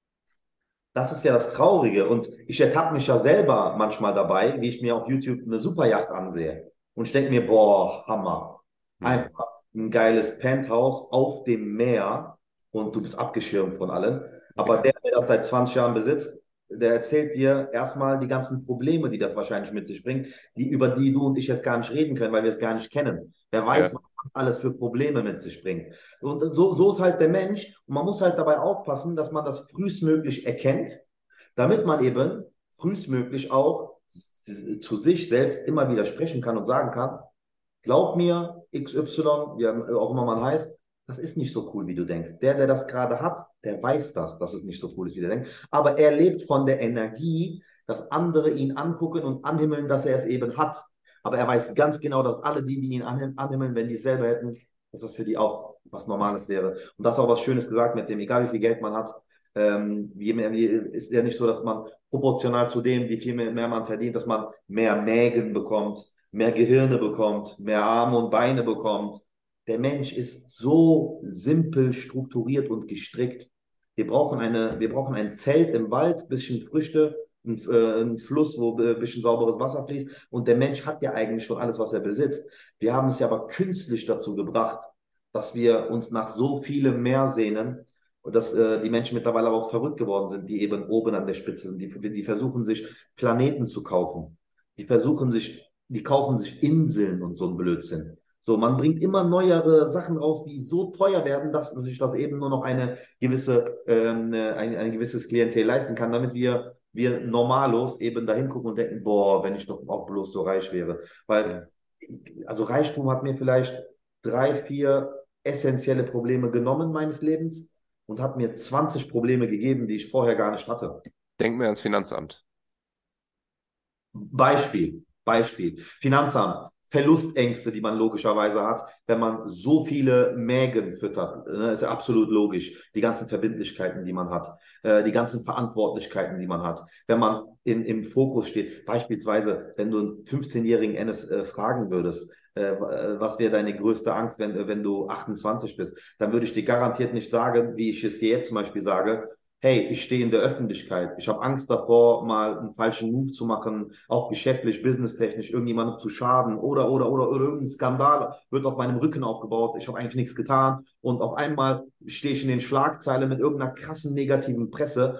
Das ist ja das Traurige. Und ich ertappe mich ja selber manchmal dabei, wie ich mir auf YouTube eine Superjacht ansehe. Und ich denke mir, boah, Hammer. Hm. Einfach ein geiles Penthouse auf dem Meer und du bist abgeschirmt von allem. Aber Ja. der das seit 20 Jahren besitzt, der erzählt dir erstmal die ganzen Probleme, die das wahrscheinlich mit sich bringt, über die du und ich jetzt gar nicht reden können, weil wir es gar nicht kennen. Wer weiß, Ja. was das alles für Probleme mit sich bringt. Und so ist halt der Mensch. Und man muss halt dabei aufpassen, dass man das frühestmöglich erkennt, damit man eben frühestmöglich auch zu sich selbst immer wieder sprechen kann und sagen kann, glaub mir, XY, wie auch immer man heißt, das ist nicht so cool, wie du denkst. Der das gerade hat, der weiß das, dass es nicht so cool ist, wie der denkt. Aber er lebt von der Energie, dass andere ihn angucken und anhimmeln, dass er es eben hat. Aber er weiß ganz genau, dass alle die ihn anhimmeln, wenn die es selber hätten, dass das für die auch was Normales wäre. Und das ist auch was Schönes gesagt mit dem, egal wie viel Geld man hat, ist ja nicht so, dass man proportional zu dem, wie viel mehr man verdient, dass man mehr Mägen bekommt, mehr Gehirne bekommt, mehr Arme und Beine bekommt. Der Mensch ist so simpel strukturiert und gestrickt. Wir brauchen ein Zelt im Wald, bisschen Früchte, ein Fluss, wo ein bisschen sauberes Wasser fließt. Und der Mensch hat ja eigentlich schon alles, was er besitzt. Wir haben es ja aber künstlich dazu gebracht, dass wir uns nach so vielem mehr sehnen und dass die Menschen mittlerweile aber auch verrückt geworden sind, die eben oben an der Spitze sind. Die versuchen sich Planeten zu kaufen. Die kaufen sich Inseln und so ein Blödsinn. So, man bringt immer neuere Sachen raus, die so teuer werden, dass sich das eben nur noch ein gewisses Klientel leisten kann, damit wir normalos eben dahin gucken und denken, boah, wenn ich doch auch bloß so reich wäre. Weil, also Reichtum hat mir vielleicht 3, 4 essentielle Probleme genommen meines Lebens. und hat mir 20 Probleme gegeben, die ich vorher gar nicht hatte. Denk mir ans Finanzamt. Beispiel. Finanzamt, Verlustängste, die man logischerweise hat, wenn man so viele Mägen füttert. Ne, ist ja absolut logisch. Die ganzen Verbindlichkeiten, die man hat, die ganzen Verantwortlichkeiten, die man hat. Wenn man im Fokus steht, beispielsweise, wenn du einen 15-jährigen Ennis fragen würdest, was wäre deine größte Angst, wenn du 28 bist, dann würde ich dir garantiert nicht sagen, wie ich es dir jetzt zum Beispiel sage: Hey, ich stehe in der Öffentlichkeit. Ich habe Angst davor, mal einen falschen Move zu machen, auch geschäftlich, businesstechnisch, irgendjemandem zu schaden oder irgendein Skandal wird auf meinem Rücken aufgebaut. Ich habe eigentlich nichts getan und auf einmal stehe ich in den Schlagzeilen mit irgendeiner krassen negativen Presse,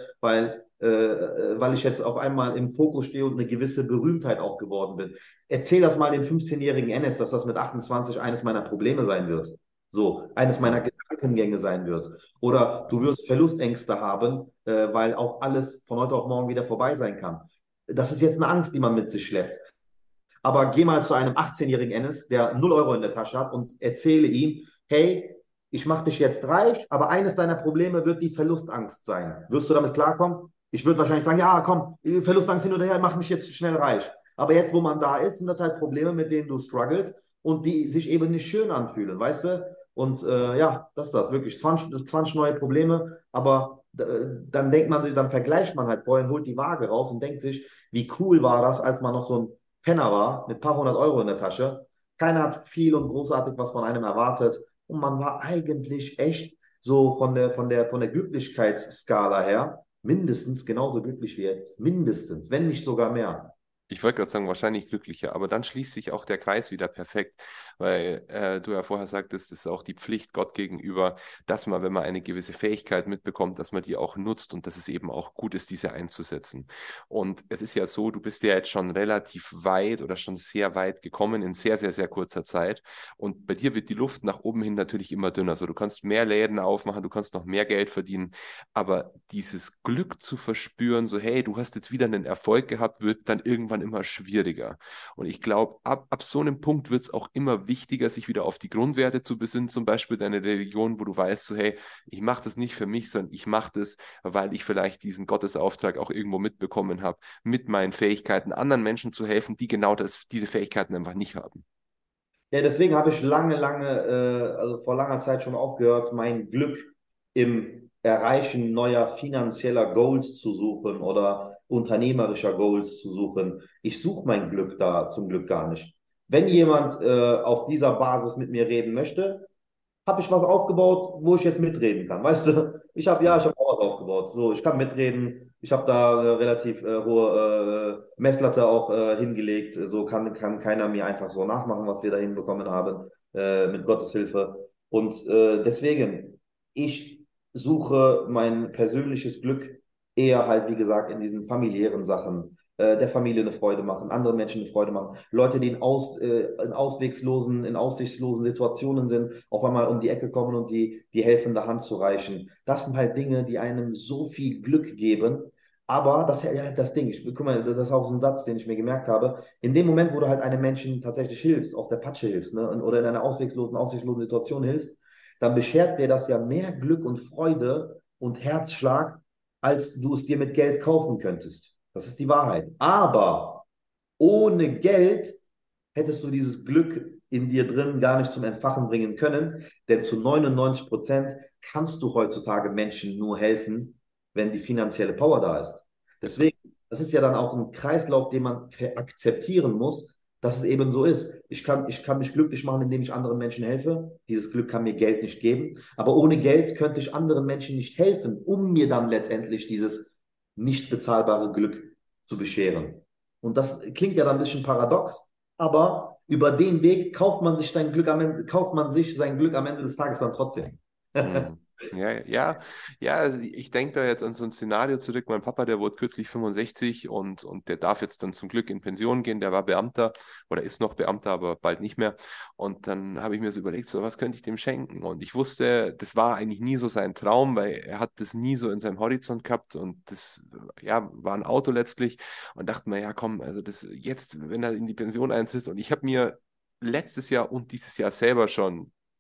weil ich jetzt auf einmal im Fokus stehe und eine gewisse Berühmtheit auch geworden bin. Erzähl das mal den 15-jährigen Enes, dass das mit 28 eines meiner Probleme sein wird. So, eines meiner Gedankengänge sein wird. Oder du wirst Verlustängste haben, weil auch alles von heute auf morgen wieder vorbei sein kann. Das ist jetzt eine Angst, die man mit sich schleppt. Aber geh mal zu einem 18-jährigen Ennis, der 0 € in der Tasche hat, und erzähle ihm: Hey, ich mache dich jetzt reich, aber eines deiner Probleme wird die Verlustangst sein. Wirst du damit klarkommen? Ich würde wahrscheinlich sagen: Ja, komm, Verlustangst hin oder her, mach mich jetzt schnell reich. Aber jetzt, wo man da ist, sind das halt Probleme, mit denen du struggles und die sich eben nicht schön anfühlen, weißt du? Und ja, das ist das, wirklich 20 neue Probleme, aber dann denkt man sich, dann vergleicht man halt vorhin, holt die Waage raus und denkt sich: Wie cool war das, als man noch so ein Penner war, mit ein paar 100 € in der Tasche. Keiner hat viel und großartig was von einem erwartet. Und man war eigentlich echt so von der Glücklichkeitsskala her mindestens genauso glücklich wie jetzt. Mindestens, wenn nicht sogar mehr. Ich wollte gerade sagen, wahrscheinlich glücklicher, aber dann schließt sich auch der Kreis wieder perfekt, weil du ja vorher sagtest, es ist auch die Pflicht Gott gegenüber, dass man, wenn man eine gewisse Fähigkeit mitbekommt, dass man die auch nutzt und dass es eben auch gut ist, diese einzusetzen. Und es ist ja so, du bist ja jetzt schon relativ weit oder schon sehr weit gekommen in sehr, sehr, sehr kurzer Zeit, und bei dir wird die Luft nach oben hin natürlich immer dünner. Also du kannst mehr Läden aufmachen, du kannst noch mehr Geld verdienen, aber dieses Glück zu verspüren, so hey, du hast jetzt wieder einen Erfolg gehabt, wird dann irgendwann immer schwieriger. Und ich glaube, ab so einem Punkt wird es auch immer wichtiger, sich wieder auf die Grundwerte zu besinnen, zum Beispiel deine Religion, wo du weißt, so hey, ich mache das nicht für mich, sondern ich mache das, weil ich vielleicht diesen Gottesauftrag auch irgendwo mitbekommen habe, mit meinen Fähigkeiten anderen Menschen zu helfen, die genau diese Fähigkeiten einfach nicht haben. Ja, deswegen habe ich also vor langer Zeit schon aufgehört, mein Glück im Erreichen neuer finanzieller Goals zu suchen oder unternehmerischer Goals zu suchen. Ich suche mein Glück da zum Glück gar nicht. Wenn jemand auf dieser Basis mit mir reden möchte, habe ich was aufgebaut, wo ich jetzt mitreden kann. Weißt du, ich habe auch was aufgebaut. So, ich kann mitreden. Ich habe da eine relativ hohe Messlatte auch hingelegt. So kann keiner mir einfach so nachmachen, was wir da hinbekommen haben, mit Gottes Hilfe. Und deswegen, ich suche mein persönliches Glück eher halt, wie gesagt, in diesen familiären Sachen, der Familie eine Freude machen, anderen Menschen eine Freude machen, Leute, die in aussichtslosen Situationen sind, auf einmal um die Ecke kommen und die helfende Hand zu reichen. Das sind halt Dinge, die einem so viel Glück geben. Aber das ist ja halt das Ding. Guck mal, das ist auch so ein Satz, den ich mir gemerkt habe. In dem Moment, wo du halt einem Menschen tatsächlich hilfst, aus der Patsche hilfst, ne, oder in einer aussichtslosen Situation hilfst, dann beschert dir das ja mehr Glück und Freude und Herzschlag, als du es dir mit Geld kaufen könntest. Das ist die Wahrheit. Aber ohne Geld hättest du dieses Glück in dir drin gar nicht zum Entfachen bringen können, denn zu 99% kannst du heutzutage Menschen nur helfen, wenn die finanzielle Power da ist. Deswegen, das ist ja dann auch ein Kreislauf, den man akzeptieren muss, dass es eben so ist. Ich kann mich glücklich machen, indem ich anderen Menschen helfe. Dieses Glück kann mir Geld nicht geben. Aber ohne Geld könnte ich anderen Menschen nicht helfen, um mir dann letztendlich dieses nicht bezahlbare Glück zu bescheren. Und das klingt ja dann ein bisschen paradox, aber über den Weg kauft man sich sein Glück am Ende des Tages dann trotzdem. Hm. Ja, also ich denke da jetzt an so ein Szenario zurück. Mein Papa, der wurde kürzlich 65 und der darf jetzt dann zum Glück in Pension gehen. Der war Beamter oder ist noch Beamter, aber bald nicht mehr. Und dann habe ich mir so überlegt, so was könnte ich dem schenken? Und ich wusste, das war eigentlich nie so sein Traum, weil er hat das nie so in seinem Horizont gehabt und das ja, war ein Auto letztlich, und dachte mir, ja komm, also das jetzt, wenn er in die Pension eintritt, und ich habe mir letztes Jahr und dieses Jahr selber schon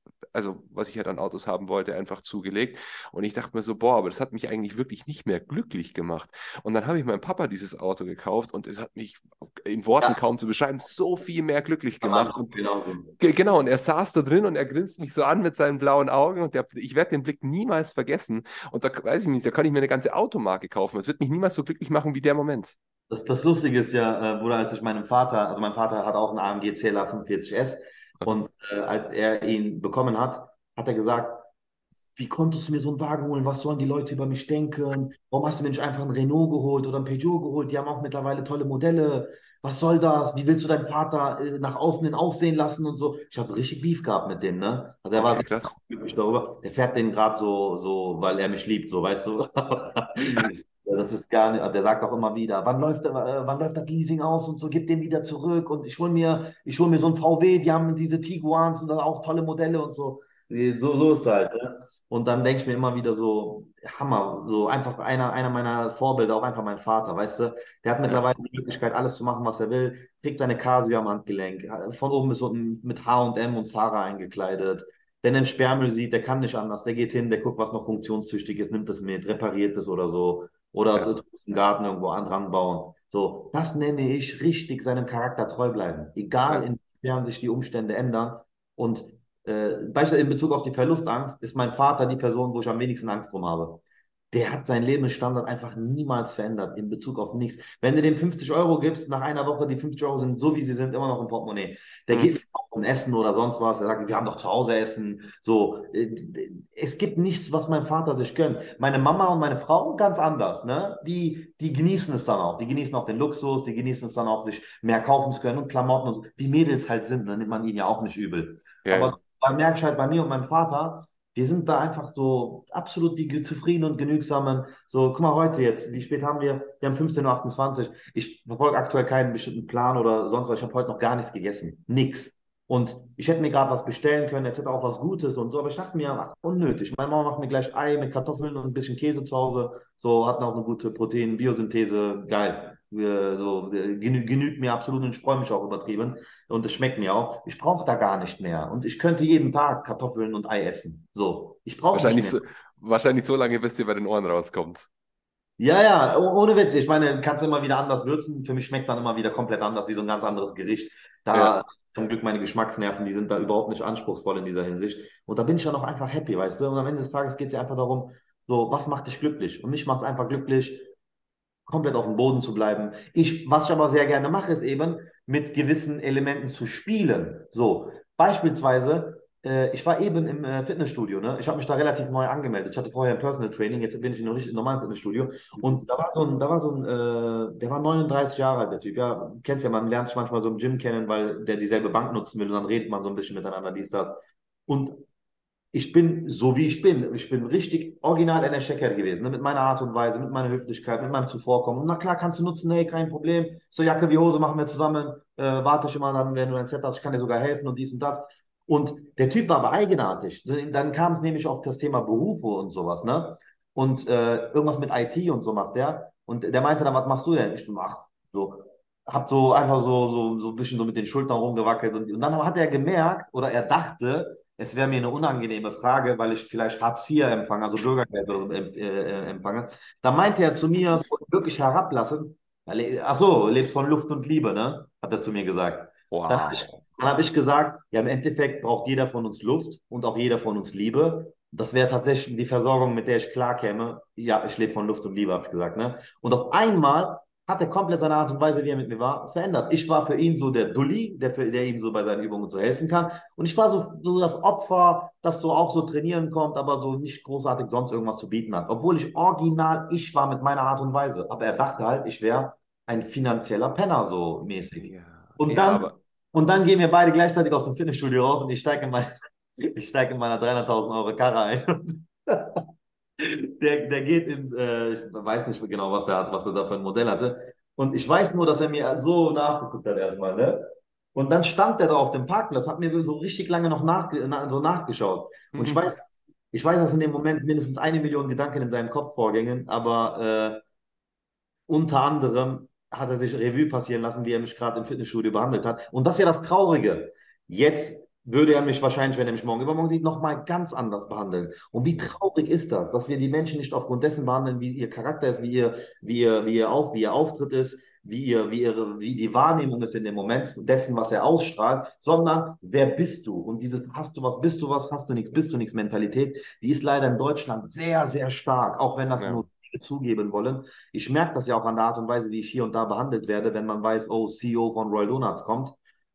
also was ich halt an Autos haben wollte, einfach zugelegt. Und ich dachte mir so, boah, aber das hat mich eigentlich wirklich nicht mehr glücklich gemacht. Und dann habe ich meinem Papa dieses Auto gekauft und es hat mich in Worten Ja, kaum zu beschreiben, so viel mehr glücklich gemacht. Und genauso. genau, und er saß da drin und er grinst mich so an mit seinen blauen Augen und ich werde den Blick niemals vergessen. Und da weiß ich nicht, da kann ich mir eine ganze Automarke kaufen. Es wird mich niemals so glücklich machen wie der Moment. Das Lustige ist ja, Bruder, als ich meinem Vater, also mein Vater hat auch einen AMG CLA 45S und als er ihn bekommen hat, hat er gesagt, wie konntest du mir so einen Wagen holen? Was sollen die Leute über mich denken? Warum hast du mir nicht einfach einen Renault geholt oder einen Peugeot geholt? Die haben auch mittlerweile tolle Modelle. Was soll das? Wie willst du deinen Vater nach außen hin aussehen lassen und so? Ich habe richtig Beef gehabt mit denen, ne? Also er war Okay, sehr krass. glücklich darüber. Der fährt den gerade so, weil er mich liebt, so, weißt du? Ja, das ist gar nicht, der sagt auch immer wieder, wann läuft das Leasing aus und so, gib den wieder zurück und ich hol mir so ein VW, die haben diese Tiguans und dann auch tolle Modelle und so. So ist es halt, ne? Und dann denke ich mir immer wieder so, Hammer, so einfach einer meiner Vorbilder, auch einfach mein Vater, weißt du? Der hat Ja, mittlerweile die Möglichkeit, alles zu machen, was er will, trägt seine Casio am Handgelenk, von oben bis unten mit H&M und Zara eingekleidet. Wenn er einen Sperrmüll sieht, der kann nicht anders, der geht hin, der guckt, was noch funktionstüchtig ist, nimmt es mit, repariert es oder so. Oder ja, du tust im Garten irgendwo dran bauen. So, das nenne ich richtig seinem Charakter treu bleiben. Egal, ja. inwiefern sich die Umstände ändern. Und beispielsweise in Bezug auf die Verlustangst ist mein Vater die Person, wo ich am wenigsten Angst drum habe. Der hat seinen Lebensstandard einfach niemals verändert in Bezug auf nichts. Wenn du dem 50 Euro gibst, nach einer Woche, die 50 Euro sind so, wie sie sind, immer noch im Portemonnaie. Der Hm. geht nicht auf ein Essen oder sonst was. Er sagt, wir haben doch zu Hause Essen. So, es gibt nichts, was mein Vater sich gönnt. Meine Mama und meine Frau ganz anders. Ne? Die genießen es dann auch. Die genießen auch den Luxus. Die genießen es dann auch, sich mehr kaufen zu können und Klamotten und so. Wie Mädels halt sind, ne? Nimmt man ihnen ja auch nicht übel. Ja, ja. Aber da merke ich halt bei mir und meinem Vater, wir sind da einfach so absolut die zufriedenen und genügsamen. So, guck mal, heute jetzt, wie spät haben wir? Wir haben 15:28 Uhr. Ich verfolge aktuell keinen bestimmten Plan oder sonst was. Ich habe heute noch gar nichts gegessen. Nix. Und ich hätte mir gerade was bestellen können, jetzt hätte auch was Gutes und so, aber ich dachte mir, ach, unnötig. Meine Mama macht mir gleich Ei mit Kartoffeln und ein bisschen Käse zu Hause. So, hat noch eine gute Protein-Biosynthese. Geil. Genügt mir absolut und ich freue mich auch übertrieben. Und es schmeckt mir auch. Ich brauche da gar nicht mehr. Und ich könnte jeden Tag Kartoffeln und Ei essen. So, ich brauche nicht Wahrscheinlich mehr. so, wahrscheinlich so lange, bis dir bei den Ohren rauskommt. Ja, ja, ohne Witz. Ich meine, kannst du immer wieder anders würzen. Für mich schmeckt dann immer wieder komplett anders, wie so ein ganz anderes Gericht. Ja, Da zum Glück meine Geschmacksnerven, die sind da überhaupt nicht anspruchsvoll in dieser Hinsicht. Und da bin ich dann auch einfach happy, weißt du? Und am Ende des Tages geht es ja einfach darum, so, was macht dich glücklich? Und mich macht es einfach glücklich, komplett auf dem Boden zu bleiben. Was ich aber sehr gerne mache, ist eben mit gewissen Elementen zu spielen. So, beispielsweise, ich war eben im Fitnessstudio, ne? Ich habe mich da relativ neu angemeldet. Ich hatte vorher ein Personal Training, jetzt bin ich in einem richtig normalen Fitnessstudio. Und der war 39 Jahre alt, der Typ. Ja, du kennst ja, man lernt sich manchmal so im Gym kennen, weil der dieselbe Bank nutzen will und dann redet man so ein bisschen miteinander, dies, das. Und ich bin so, wie ich bin. Ich bin richtig original Enes Şeker gewesen, ne? Mit meiner Art und Weise, mit meiner Höflichkeit, mit meinem Zuvorkommen. Und na klar, kannst du nutzen, hey, kein Problem. So Jacke wie Hose machen wir zusammen. Warte ich immer dann, wenn du ein Set hast, ich kann dir sogar helfen und dies und das. Und der Typ war aber eigenartig. Dann kam es nämlich auf das Thema Berufe und sowas, ne? Und irgendwas mit IT und so macht der. Und der meinte dann, was machst du denn? Ich so, ach, so. Hab so einfach so ein bisschen so mit den Schultern rumgewackelt. Und dann hat er gemerkt oder er dachte, es wäre mir eine unangenehme Frage, weil ich vielleicht Hartz IV empfange, also Bürgergeld oder so, empfange. Da meinte er zu mir, so wirklich herablassend, ach so, lebst von Luft und Liebe, ne? Hat er zu mir gesagt. wow. Dann hab ich gesagt, ja, im Endeffekt braucht jeder von uns Luft und auch jeder von uns Liebe. Das wäre tatsächlich die Versorgung, mit der ich klarkäme. Ja, ich lebe von Luft und Liebe, habe ich gesagt, ne? Und auf einmal hat er komplett seine Art und Weise, wie er mit mir war, verändert. Ich war für ihn so der Dulli, der ihm so bei seinen Übungen so helfen kann. Und ich war so das Opfer, das so auch so trainieren kommt, aber so nicht großartig sonst irgendwas zu bieten hat. Obwohl ich war mit meiner Art und Weise. Aber er dachte halt, ich wäre ein finanzieller Penner so mäßig. Ja, Und ja, dann, aber und dann gehen wir beide gleichzeitig aus dem Fitnessstudio raus und ich steige in meiner 300.000 Euro Karre ein. Der geht ins, ich weiß nicht genau, was er hat, was er da für ein Modell hatte. Und ich weiß nur, dass er mir so nachgeguckt hat erstmal, ne? Und dann stand der da auf dem Parkplatz, hat mir so richtig lange noch so nachgeschaut. Und ich weiß, dass in dem Moment mindestens 1 Million Gedanken in seinem Kopf vorgingen, aber unter anderem hat er sich Revue passieren lassen, wie er mich gerade im Fitnessstudio behandelt hat. Und das ist ja das Traurige. Jetzt würde er mich wahrscheinlich, wenn er mich morgen übermorgen sieht, nochmal ganz anders behandeln. Und wie traurig ist das, dass wir die Menschen nicht aufgrund dessen behandeln, wie ihr Charakter ist, wie ihr Auftritt ist, wie die Wahrnehmung ist in dem Moment dessen, was er ausstrahlt, sondern wer bist du? Und dieses hast du was, bist du was, hast du nichts, bist du nichts Mentalität, die ist leider in Deutschland sehr, sehr stark, auch wenn das Ja. nur wenige zugeben wollen. Ich merke das ja auch an der Art und Weise, wie ich hier und da behandelt werde, wenn man weiß, oh, CEO von Royal Donuts kommt.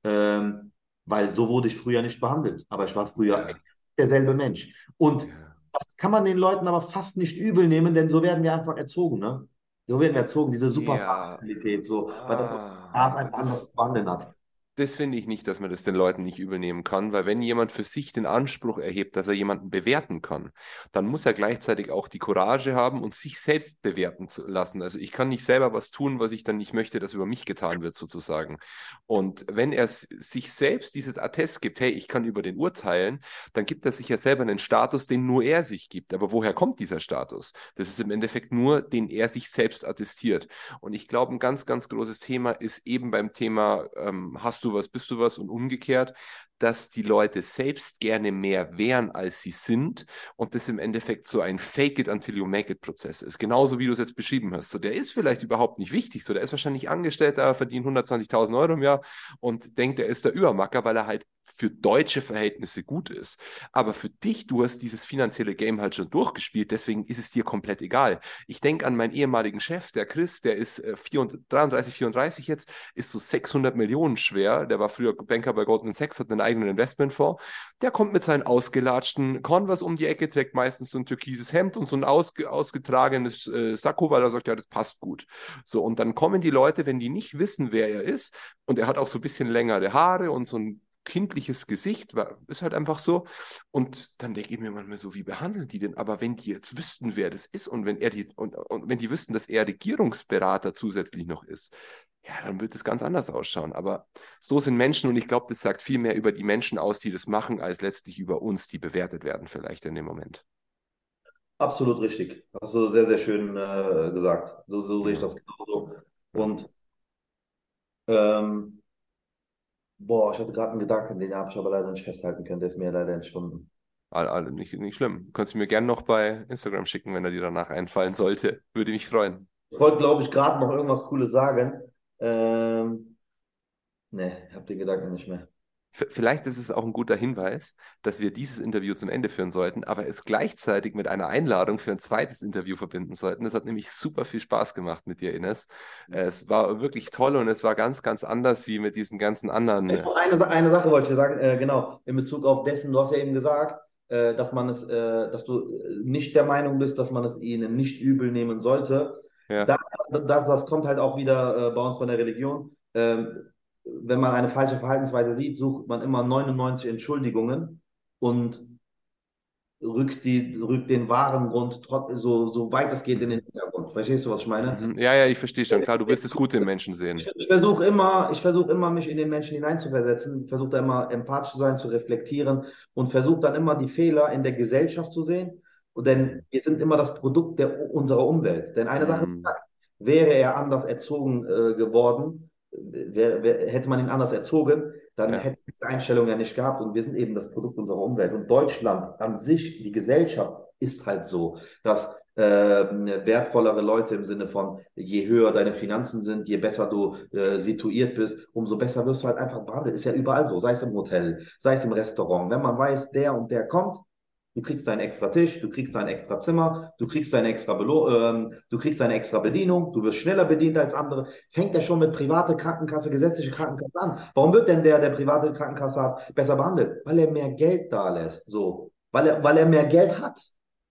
Weil so wurde ich früher nicht behandelt. Aber ich war früher Ja. derselbe Mensch. Und Ja. das kann man den Leuten aber fast nicht übel nehmen, denn so werden wir einfach erzogen, ne? So werden wir erzogen, diese Ja. Supermentalität, so, weil das einfach anders Das, zu behandeln hat. Das finde ich nicht, dass man das den Leuten nicht übel nehmen kann, weil wenn jemand für sich den Anspruch erhebt, dass er jemanden bewerten kann, dann muss er gleichzeitig auch die Courage haben und sich selbst bewerten zu lassen. Also ich kann nicht selber was tun, was ich dann nicht möchte, dass über mich getan wird, sozusagen. Und wenn er sich selbst dieses Attest gibt, hey, ich kann über den urteilen, dann gibt er sich ja selber einen Status, den nur er sich gibt. Aber woher kommt dieser Status? Das ist im Endeffekt nur, den er sich selbst attestiert. Und ich glaube, ein ganz, ganz großes Thema ist eben beim Thema, hast du was, bist du was und umgekehrt, dass die Leute selbst gerne mehr wären, als sie sind und das im Endeffekt so ein Fake-it-until-you-make-it-Prozess ist. Genauso wie du es jetzt beschrieben hast. So, der ist vielleicht überhaupt nicht wichtig. So, der ist wahrscheinlich Angestellter, verdient 120.000 Euro im Jahr und denkt, er ist der Übermacker, weil er halt für deutsche Verhältnisse gut ist. Aber für dich, du hast dieses finanzielle Game halt schon durchgespielt, deswegen ist es dir komplett egal. Ich denke an meinen ehemaligen Chef, der Chris, der ist 33, 34 jetzt, ist so 600 Millionen schwer. Der war früher Banker bei Goldman Sachs, hat einen eigenen Investmentfonds. Der kommt mit seinen ausgelatschten Converse um die Ecke, trägt meistens so ein türkises Hemd und so ein ausgetragenes Sakko, weil er sagt, ja, das passt gut. So, und dann kommen die Leute, wenn die nicht wissen, wer er ist, und er hat auch so ein bisschen längere Haare und so ein kindliches Gesicht, ist halt einfach so. Und dann denke ich mir manchmal so, wie behandeln die denn? Aber wenn die jetzt wüssten, wer das ist und wenn er und wenn die wüssten, dass er Regierungsberater zusätzlich noch ist, ja, dann wird es ganz anders ausschauen. Aber so sind Menschen und ich glaube, das sagt viel mehr über die Menschen aus, die das machen, als letztlich über uns, die bewertet werden vielleicht in dem Moment. Absolut richtig. Hast du sehr, sehr schön gesagt. So sehe ich Ja, das genauso. ja. Und ich hatte gerade einen Gedanken, den habe ich aber leider nicht festhalten können. Der ist mir leider entschwunden. Nicht schlimm. Du kannst mir gerne noch bei Instagram schicken, wenn er dir danach einfallen sollte. Würde mich freuen. Ich wollte, glaube ich, gerade noch irgendwas Cooles sagen. Ne, ich habe den Gedanken nicht mehr. Vielleicht ist es auch ein guter Hinweis, dass wir dieses Interview zum Ende führen sollten, aber es gleichzeitig mit einer Einladung für ein zweites Interview verbinden sollten. Es hat nämlich super viel Spaß gemacht mit dir, Ines. Es war wirklich toll und es war ganz, ganz anders wie mit diesen ganzen anderen. Noch eine Sache wollte ich dir sagen, genau, in Bezug auf dessen, du hast ja eben gesagt, dass du nicht der Meinung bist, dass man es ihnen nicht übel nehmen sollte. Ja. Das kommt halt auch wieder bei uns von der Religion. Wenn man eine falsche Verhaltensweise sieht, sucht man immer 99 Entschuldigungen und rückt den wahren Grund so weit es geht in den Hintergrund. Verstehst du, was ich meine? Ja, ja, ich verstehe schon. Klar, du wirst das Gute im Menschen sehen. Ich versuche immer, mich in den Menschen hineinzuversetzen, versuche da immer empathisch zu sein, zu reflektieren und versuche dann immer die Fehler in der Gesellschaft zu sehen. Denn wir sind immer das Produkt unserer Umwelt. Denn eine Sache, Mhm. wäre er anders erzogen geworden, hätte man ihn anders erzogen, dann Ja. hätte er diese Einstellung ja nicht gehabt. Und wir sind eben das Produkt unserer Umwelt. Und Deutschland an sich, die Gesellschaft, ist halt so, dass wertvollere Leute im Sinne von, je höher deine Finanzen sind, je besser du situiert bist, umso besser wirst du halt einfach behandelt. Ist ja überall so, sei es im Hotel, sei es im Restaurant. Wenn man weiß, der und der kommt, du kriegst deinen extra Tisch, du kriegst dein extra Zimmer, du kriegst du kriegst deine extra Bedienung, du wirst schneller bedient als andere. Fängt ja schon mit private Krankenkasse, gesetzliche Krankenkasse an. Warum wird denn der private Krankenkasse hat, besser behandelt? Weil er mehr Geld da lässt, so. Weil er mehr Geld hat.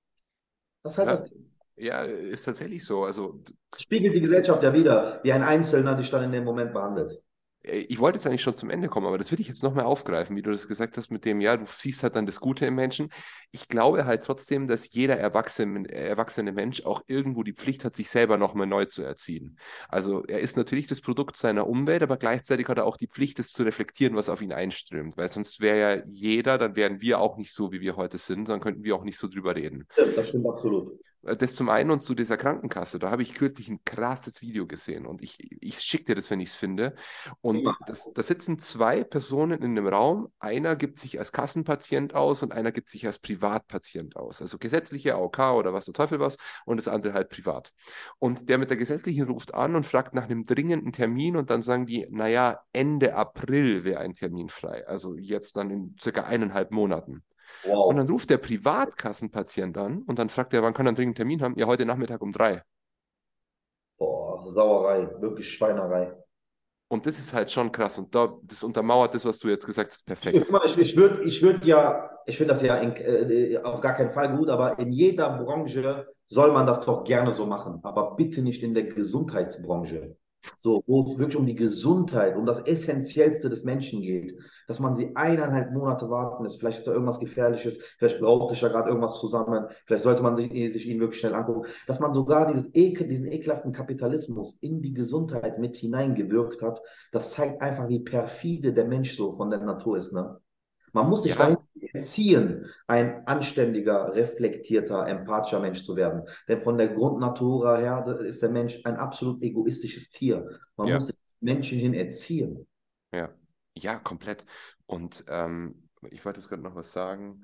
Das ist halt Ja, das Ding. ja, ist tatsächlich so. Also Das spiegelt die Gesellschaft ja wieder, wie ein Einzelner dich dann in dem Moment behandelt. ich wollte jetzt eigentlich schon zum Ende kommen, aber das würde ich jetzt nochmal aufgreifen, wie du das gesagt hast mit dem, ja, du siehst halt dann das Gute im Menschen. Ich glaube halt trotzdem, dass jeder erwachsene Mensch auch irgendwo die Pflicht hat, sich selber nochmal neu zu erziehen. Also er ist natürlich das Produkt seiner Umwelt, aber gleichzeitig hat er auch die Pflicht, das zu reflektieren, was auf ihn einströmt. Weil sonst wäre ja jeder, dann wären wir auch nicht so, wie wir heute sind, dann könnten wir auch nicht so drüber reden. Das stimmt absolut. Das zum einen und zu dieser Krankenkasse, da habe ich kürzlich ein krasses Video gesehen und ich schicke dir das, wenn ich es finde. Und da sitzen zwei Personen in einem Raum. Einer gibt sich als Kassenpatient aus und einer gibt sich als Privatpatient aus. Also gesetzliche AOK oder was der Teufel was und das andere halt privat. Und der mit der gesetzlichen ruft an und fragt nach einem dringenden Termin und dann sagen die, naja, Ende April wäre ein Termin frei. Also jetzt dann in circa 1,5 Monaten. Und dann ruft der Privatkassenpatient an und dann fragt er, wann kann er einen dringenden Termin haben? Ja, heute Nachmittag um 3. Boah, Sauerei, wirklich Schweinerei. Und das ist halt schon krass. Und das untermauert das, was du jetzt gesagt hast, perfekt. Ich finde das ja auf gar keinen Fall gut, aber in jeder Branche soll man das doch gerne so machen. Aber bitte nicht in der Gesundheitsbranche. So, wo es wirklich um die Gesundheit, um das Essentiellste des Menschen geht, dass man sie 1,5 Monate warten lässt. Vielleicht ist da irgendwas Gefährliches, vielleicht braut sich ja gerade irgendwas zusammen, vielleicht sollte man sich ihn wirklich schnell angucken, dass man sogar diesen ekelhaften Kapitalismus in die Gesundheit mit hineingewirkt hat, das zeigt einfach, wie perfide der Mensch so von der Natur ist, ne? Man muss sich dahin erziehen, ein anständiger, reflektierter, empathischer Mensch zu werden. Denn von der Grundnatur her ist der Mensch ein absolut egoistisches Tier. Man muss den Menschen hin erziehen. Ja, ja, komplett. Und ich wollte jetzt gerade noch was sagen.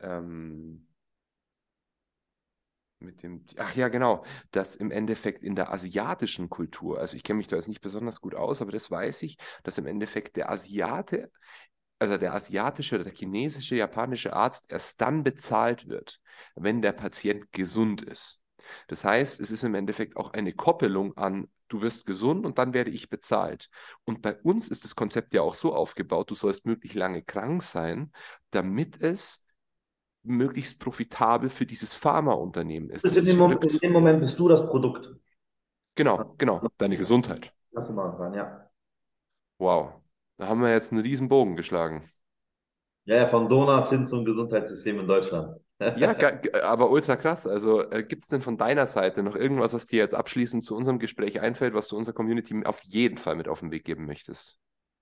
Ach ja, genau, dass im Endeffekt in der asiatischen Kultur, also ich kenne mich da jetzt nicht besonders gut aus, aber das weiß ich, dass im Endeffekt der asiatische oder der chinesische, japanische Arzt erst dann bezahlt wird, wenn der Patient gesund ist. Das heißt, es ist im Endeffekt auch eine Koppelung an, du wirst gesund und dann werde ich bezahlt. Und bei uns ist das Konzept ja auch so aufgebaut, du sollst möglichst lange krank sein, damit es möglichst profitabel für dieses Pharmaunternehmen ist. In dem Moment bist du das Produkt. Genau, deine Gesundheit. Ja. Wow, da haben wir jetzt einen riesen Bogen geschlagen. Ja, von Donuts hin zum Gesundheitssystem in Deutschland. Ja, aber ultra krass. Also gibt es denn von deiner Seite noch irgendwas, was dir jetzt abschließend zu unserem Gespräch einfällt, was du unserer Community auf jeden Fall mit auf den Weg geben möchtest?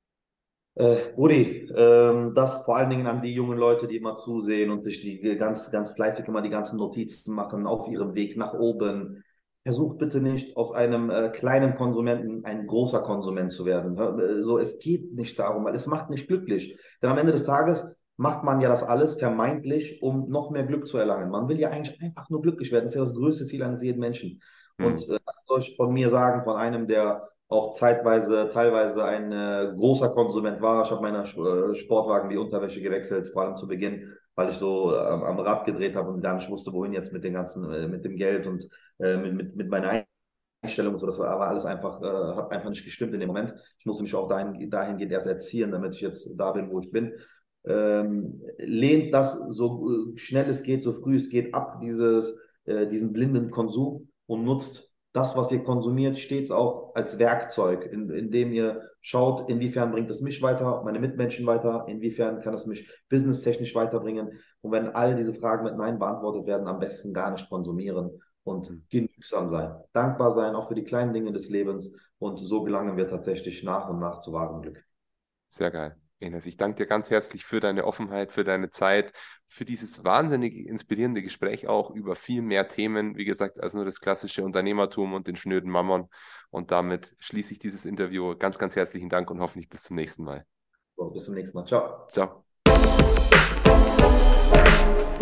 Rudi, das vor allen Dingen an die jungen Leute, die immer zusehen und sich die ganz, ganz fleißig immer die ganzen Notizen machen auf ihrem Weg nach oben. Versucht bitte nicht aus einem kleinen Konsumenten ein großer Konsument zu werden. So, es geht nicht darum, weil es macht nicht glücklich. Denn am Ende des Tages macht man ja das alles vermeintlich, um noch mehr Glück zu erlangen. Man will ja eigentlich einfach nur glücklich werden. Das ist ja das größte Ziel eines jeden Menschen. Und lasst euch von mir sagen, von einem, der auch teilweise ein großer Konsument war. Ich habe meine Sportwagen die Unterwäsche gewechselt, vor allem zu Beginn, weil ich so am Rad gedreht habe und gar nicht wusste, wohin jetzt mit mit dem Geld und mit meiner Einstellung. So, das war alles einfach, hat einfach nicht gestimmt in dem Moment. Ich musste mich auch dahingehend erst erziehen, damit ich jetzt da bin, wo ich bin. Lehnt das so schnell es geht, so früh es geht ab, diesen blinden Konsum und nutzt das, was ihr konsumiert, stets auch als Werkzeug, indem ihr schaut, inwiefern bringt es mich weiter, meine Mitmenschen weiter, inwiefern kann es mich businesstechnisch weiterbringen. Und wenn all diese Fragen mit Nein beantwortet werden, am besten gar nicht konsumieren und genügsam sein. Dankbar sein, auch für die kleinen Dinge des Lebens. Und so gelangen wir tatsächlich nach und nach zu wahrem Glück. Sehr geil. Enes, ich danke dir ganz herzlich für deine Offenheit, für deine Zeit, für dieses wahnsinnig inspirierende Gespräch auch über viel mehr Themen, wie gesagt, als nur das klassische Unternehmertum und den schnöden Mammon. Und damit schließe ich dieses Interview. Ganz, ganz herzlichen Dank und hoffentlich bis zum nächsten Mal. So, bis zum nächsten Mal. Ciao. Ciao.